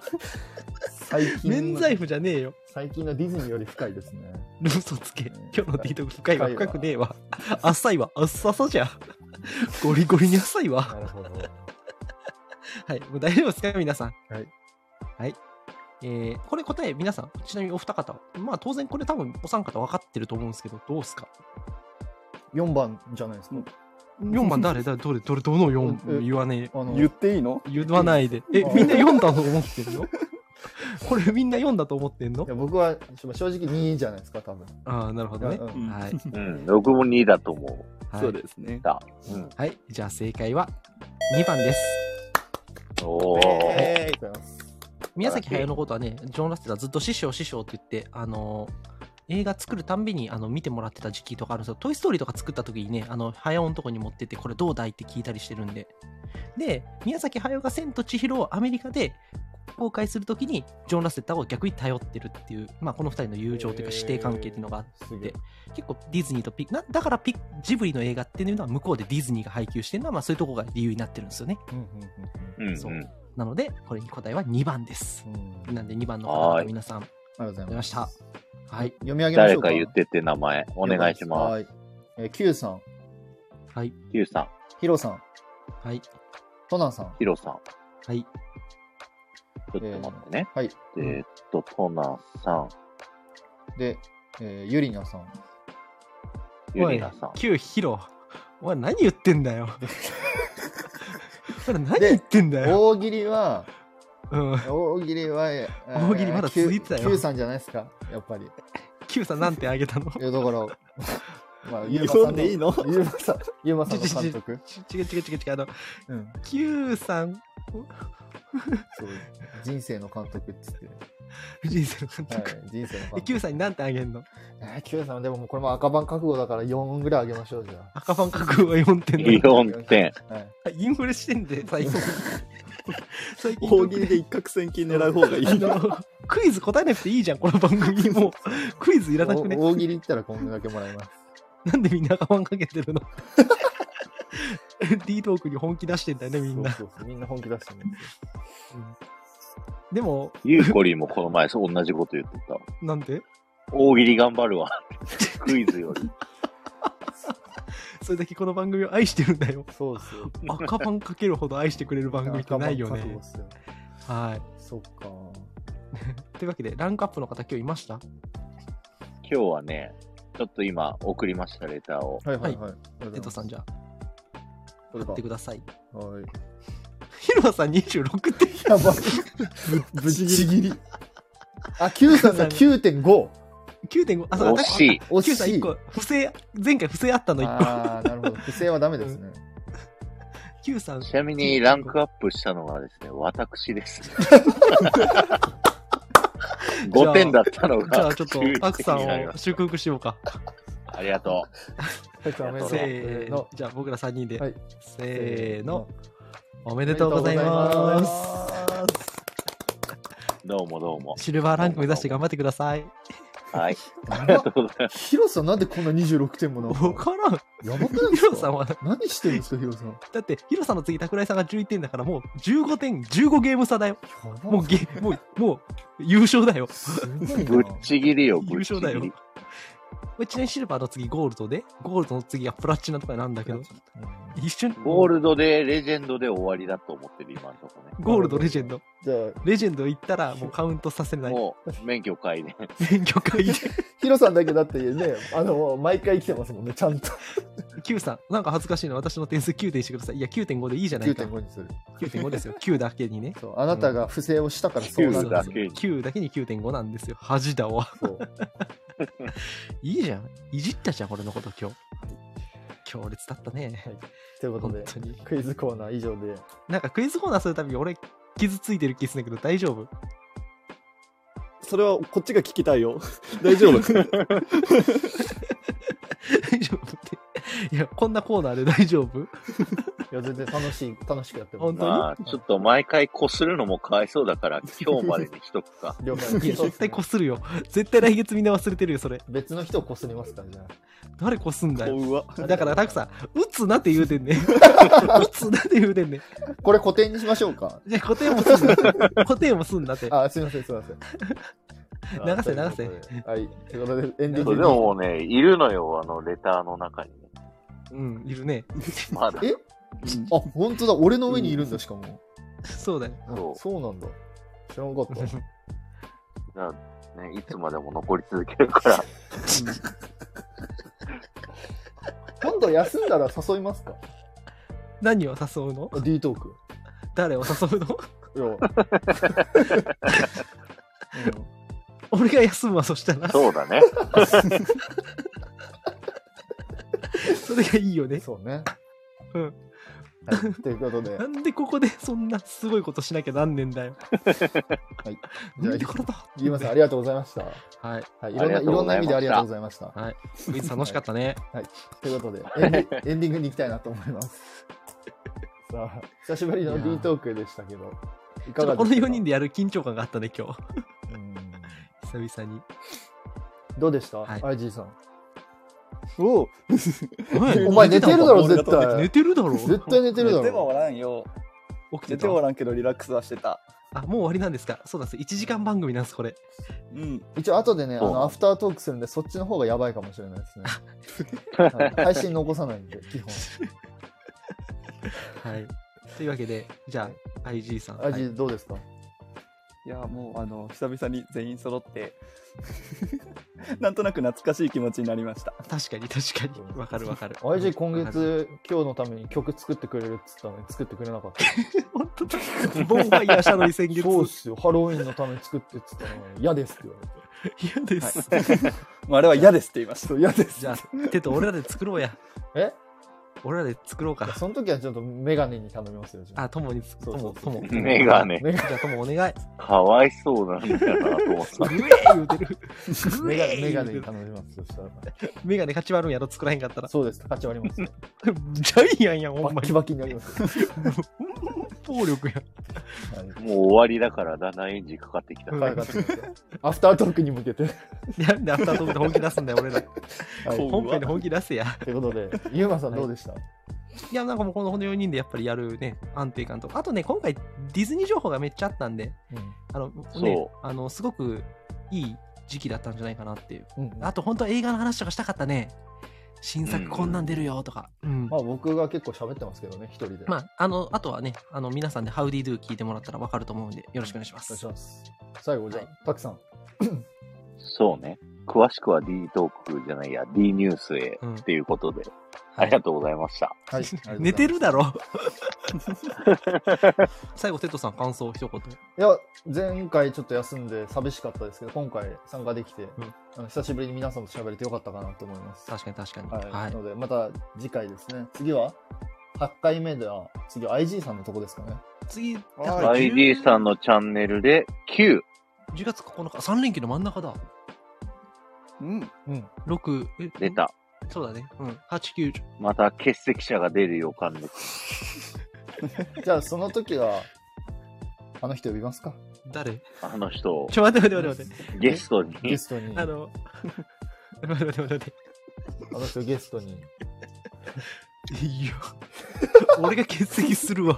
免罪符じゃねえよ。 最近のディズニーより深いですね。 嘘つけ。今日のディート深いわ。深くねえわ。浅いわ。浅じゃ。ゴリゴリに浅いわ。 なるほど。 はい。もう大丈夫ですか皆さん。 はい。 これ答え皆さん、ちなみにお二方、まあ当然これ多分お三方分かってると思うんですけど、どうですか？ 4番じゃないですか。 4番誰どの4言わねえ。 言っていいの？ 言わないで。みんな4だと思ってるの？これみんな4だと思ってんの？ いや僕は正直2じゃないですか、多分。 ああ、なるほどね。 はい。僕も2だと思う。 そうですね。 はい。じゃあ正解は2番です。 おー。 宮崎駿のことはね、ジョン・ラステラずっと師匠って言って、映画作るたんびに見てもらってた時期とかあるんですよ。トイ・ストーリーとか作った時にね、駿のとこに持ってって、これどうだいって聞いたりしてるんで。で、宮崎駿が千と千尋をアメリカで公開するときに、ジョン・ラセッターを逆に頼ってるっていう、まあ、この二人の友情というか師弟関係っていうのがあって、結構ディズニーとだからジブリの映画っていうのは向こうでディズニーが配給してるのは、まあ、そういうところが理由になってるんですよね。そう。なので、これに答えは2番です。なんで2番の方々皆さん、ありがとうございました。 はい。 読み上げましょうか。 誰か言ってって名前、お願いします。はい。 Q さん。 はい。 Q さん。 ヒロさん。 はい。 トナさん。 ヒロさん。 はい。 ちょっと待ってね。 はい。 トナさん。 で、ユリナさん。 ユリナさん。 Q ヒロ。お前何言ってんだよ。何言ってんだよ。 大喜利は、大喜利まだ続いてたよ。 Q さんじゃないですか、やっぱり。 Q さんなんてあげたの？ いや、だから、まあ、 ユーマさんでいいの？ ユーマさんの監督。 違う。Q さん。 人生の監督っつって。 人生の監督。 人生の監督。 Q さんになんてあげんの ？Q さんでもこれも赤番覚悟だから4ぐらいあげましょうじゃあ。 赤番覚悟は4点。 4点。 インフレしてんで、最近。 大喜利で一攫千金狙う方がいいの。 クイズ答えなくていいじゃん、この番組。もう、クイズいらなくね。 大喜利言ったらこんだけもらいます。 なんでみんな我慢かけてるのD トークに本気出してんだよね、みんな。 そうみんな本気出してるんですよ。 でも、 ゆうこりんもこの前同じこと言ってた。 なんで大喜利頑張るわ。クイズより。 それだけこの番組を愛してるんだよ。 そうですよ。 赤パンかけるほど愛してくれる番組ってないよね。はい。 そっか。 というわけで、ランクアップの方今日いました？ 今日はね、ちょっと今送りました、レターを。 はい。 エトさんじゃあ、 やってください。 はい。 ヒロさん26点。 やばい。ぶちぎり。あ、Q さんが 9.5。 9.5。あ、 惜しい。 Q さん1個、前回不正あったの1個。 ああ、なるほど。不正はダメですね。 Q さん。 ちなみにランクアップしたのはですね、私です。5点だったのが。 じゃあちょっと、たくさんを祝福しようか。 ありがとう。せーの。じゃあ僕ら3人で。せーの。おめでとうございます。 どうも。 シルバーランク目指して頑張ってください。 はい。ありがとうございます。 ヒロさんなんでこんな26点もなの？ わからん。 やばくないですか？ヒロさんは何してるんですか、ヒロさん。 だってヒロさんの次桜井さんが11点だからもう15点、15ゲーム差だよ。もう優勝だよ。 ぶっちぎりよ、 優勝だよ。ちなみにシルバーの次ゴールドで、ゴールドの次はプラチナとかなんだけど、一瞬。 ゴールドでレジェンドで終わりだと思ってる、今のとこね。 ゴールド、レジェンド。 じゃあ、 レジェンド行ったらもうカウントさせない。 もう、免許会で。 免許会で。 ヒロさんだけだってね、毎回来てますもんね、ちゃんと。 Q さん、なんか恥ずかしいの、私の点数9点してください。いや、9.5 でいいじゃないか。 9.5 にする。 9.5 ですよ。9だけにね。 そう、あなたが不正をしたからそうなんですよ。 9だけに 9.5 なんですよ。恥だわ。そう。いいじゃん。いじったじゃん、俺のこと今日。強烈だったね。 はい。ということで、クイズコーナー以上で。 なんかクイズコーナーするたび俺、傷ついてる気するんだけど大丈夫？ それはこっちが聞きたいよ。大丈夫？大丈夫って。 いや、こんなコーナーで大丈夫？いや、全然楽しくやってます。 本当に？ まあ、ちょっと毎回こするのもかわいそうだから、今日までにしとくか。 いや、絶対こするよ。絶対来月みんな忘れてるよ、それ。 別の人をこすりますから、じゃあ。 誰こすんだよ。だから、たくさん、打つなって言うてんね。打つなって言うてんね。 これ固定にしましょうか。 じゃあ固定もすんなって。固定もすんなって。 あ、すいません。流せ。はい。ということで、エンディング。 でももうね、いるのよ、レターの中にね。 うん、いるね。 まだ。 え？あ、本当だ。俺の上にいるんだ、しかも。 そうだよ。 そうなんだ。知らなかった。 じゃあ、ね、いつまでも残り続けるから。 今度休んだら誘いますか？ 何を誘うの？ D トーク。 誰を誘うの？ いや。 俺が休むわ、そしたら。 そうだね。 それがいいよね。 そうね。 うん。 はい、ということで。 なんでここでそんなすごいことしなきゃなんねんだよ。 はい。 じゃあ、 ゆうまさん、ありがとうございました。 はい。 はい。いろんな意味でありがとうございました。 はい。クイズ楽しかったね。 はい。ということで、エンディングに行きたいなと思います。さあ、久しぶりの D トークでしたけど、 いかがですか？この4人でやる緊張感があったね、今日。久々に。 どうでした？ はい、 IG さん。 お前寝てるだろ、絶対。 寝てるだろ。 絶対寝てるだろ。 寝てもおらんよ。寝てもおらんけどリラックスはしてた。 あ、もう終わりなんですか？そうなんです。1時間番組なんです、これ。 うん。一応後でね、アフタートークするんで、そっちの方がやばいかもしれないですね。はい、配信残さないんで、基本。 はい。というわけで、じゃあ、IG さん。 IG どうですか？ いや、もう久々に全員揃ってなんとなく懐かしい気持ちになりました。 確かにわかる。 IG 今月今日のために曲作ってくれるっつったのに作ってくれなかった。 本当だ。ボンファイヤーシャドウ先月。 そうっすよ。ハロウィンのために作ってっつったのに嫌ですって言われて。嫌です。 はい、もうあれは嫌ですって言いました。 嫌です。 じゃあ手と俺らで作ろうや。俺らで作ろうか。 その時はちょっとメガネに頼みますよ。 あ、友に、友。 メガネ。 じゃあ友お願い。 かわいそうなんだよな、と思った。 グエー言うてる。 メガネに頼みます。そしたら。 メガネ勝ち割るんやろ、作らへんかったら。 そうです。勝ち割ります。 ジャイアンやん、ほんまに。 バキバキになります。 暴力や。 もう終わりだから7エンジンかかってきた。 アフタートークに向けて。 なんでアフタートークで本気出すんだよ、俺ら。本編で本気出せや。 ということで、ゆうまさんどうでした？ いや、なんかもうこの4人でやっぱりやるね、安定感と。あとね、今回ディズニー情報がめっちゃあったんで、すごくいい時期だったんじゃないかなっていう。あと本当は映画の話とかしたかったね。新作こんなん出るよとか。 まあ僕が結構喋ってますけどね、一人で。 まあ、あとはね、皆さんで How do you do 聞いてもらったら分かると思うんで、よろしくお願いします。 お願いします。最後、じゃあ、たくさん。 そうね。詳しくは D トークじゃないや、D ニュースへっていうことで、ありがとうございました。 はい。寝てるだろ最後、テトさん、感想一言。 いや、前回ちょっと休んで寂しかったですけど、今回参加できて、久しぶりに皆さんと喋れてよかったかなと思います。 確かに確かに。 はい。なので、また次回ですね。次は8回目では、次は IG さんのとこですかね。 次、 IG さんのチャンネルで9。 10月9日、3連休の真ん中だ。6、 出た。 そうだね。8、9。 また欠席者が出る予感です。 じゃあ、その時は、あの人呼びますか？ 誰？ あの人。 待って。 ゲストに。 待って。 あの人ゲストに。 いや、俺が欠席するわ。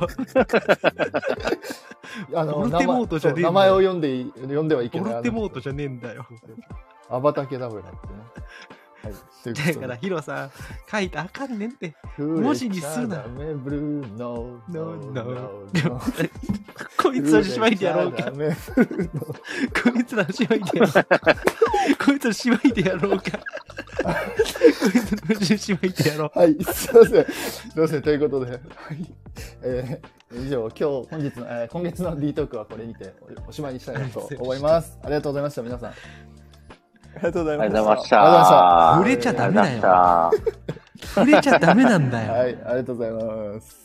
名前を呼んではいけない。 ボルテモートじゃねえんだよ。 アバタケダブラってね。はい。 だからヒロさん書いてあかんねんって。文字にするな。こいつらしまいでやろうか。こいつらしまいでやろうか。こいつらしまいでやろうか。こいつらしまいでやろう。 はい、すいません。ということで、以上、今月の D トークはこれにておしまいにしたいなと思います。ありがとうございました、皆さん。 ありがとうございました。 触れちゃダメだよ。触れちゃダメなんだよ。 はい、ありがとうございます。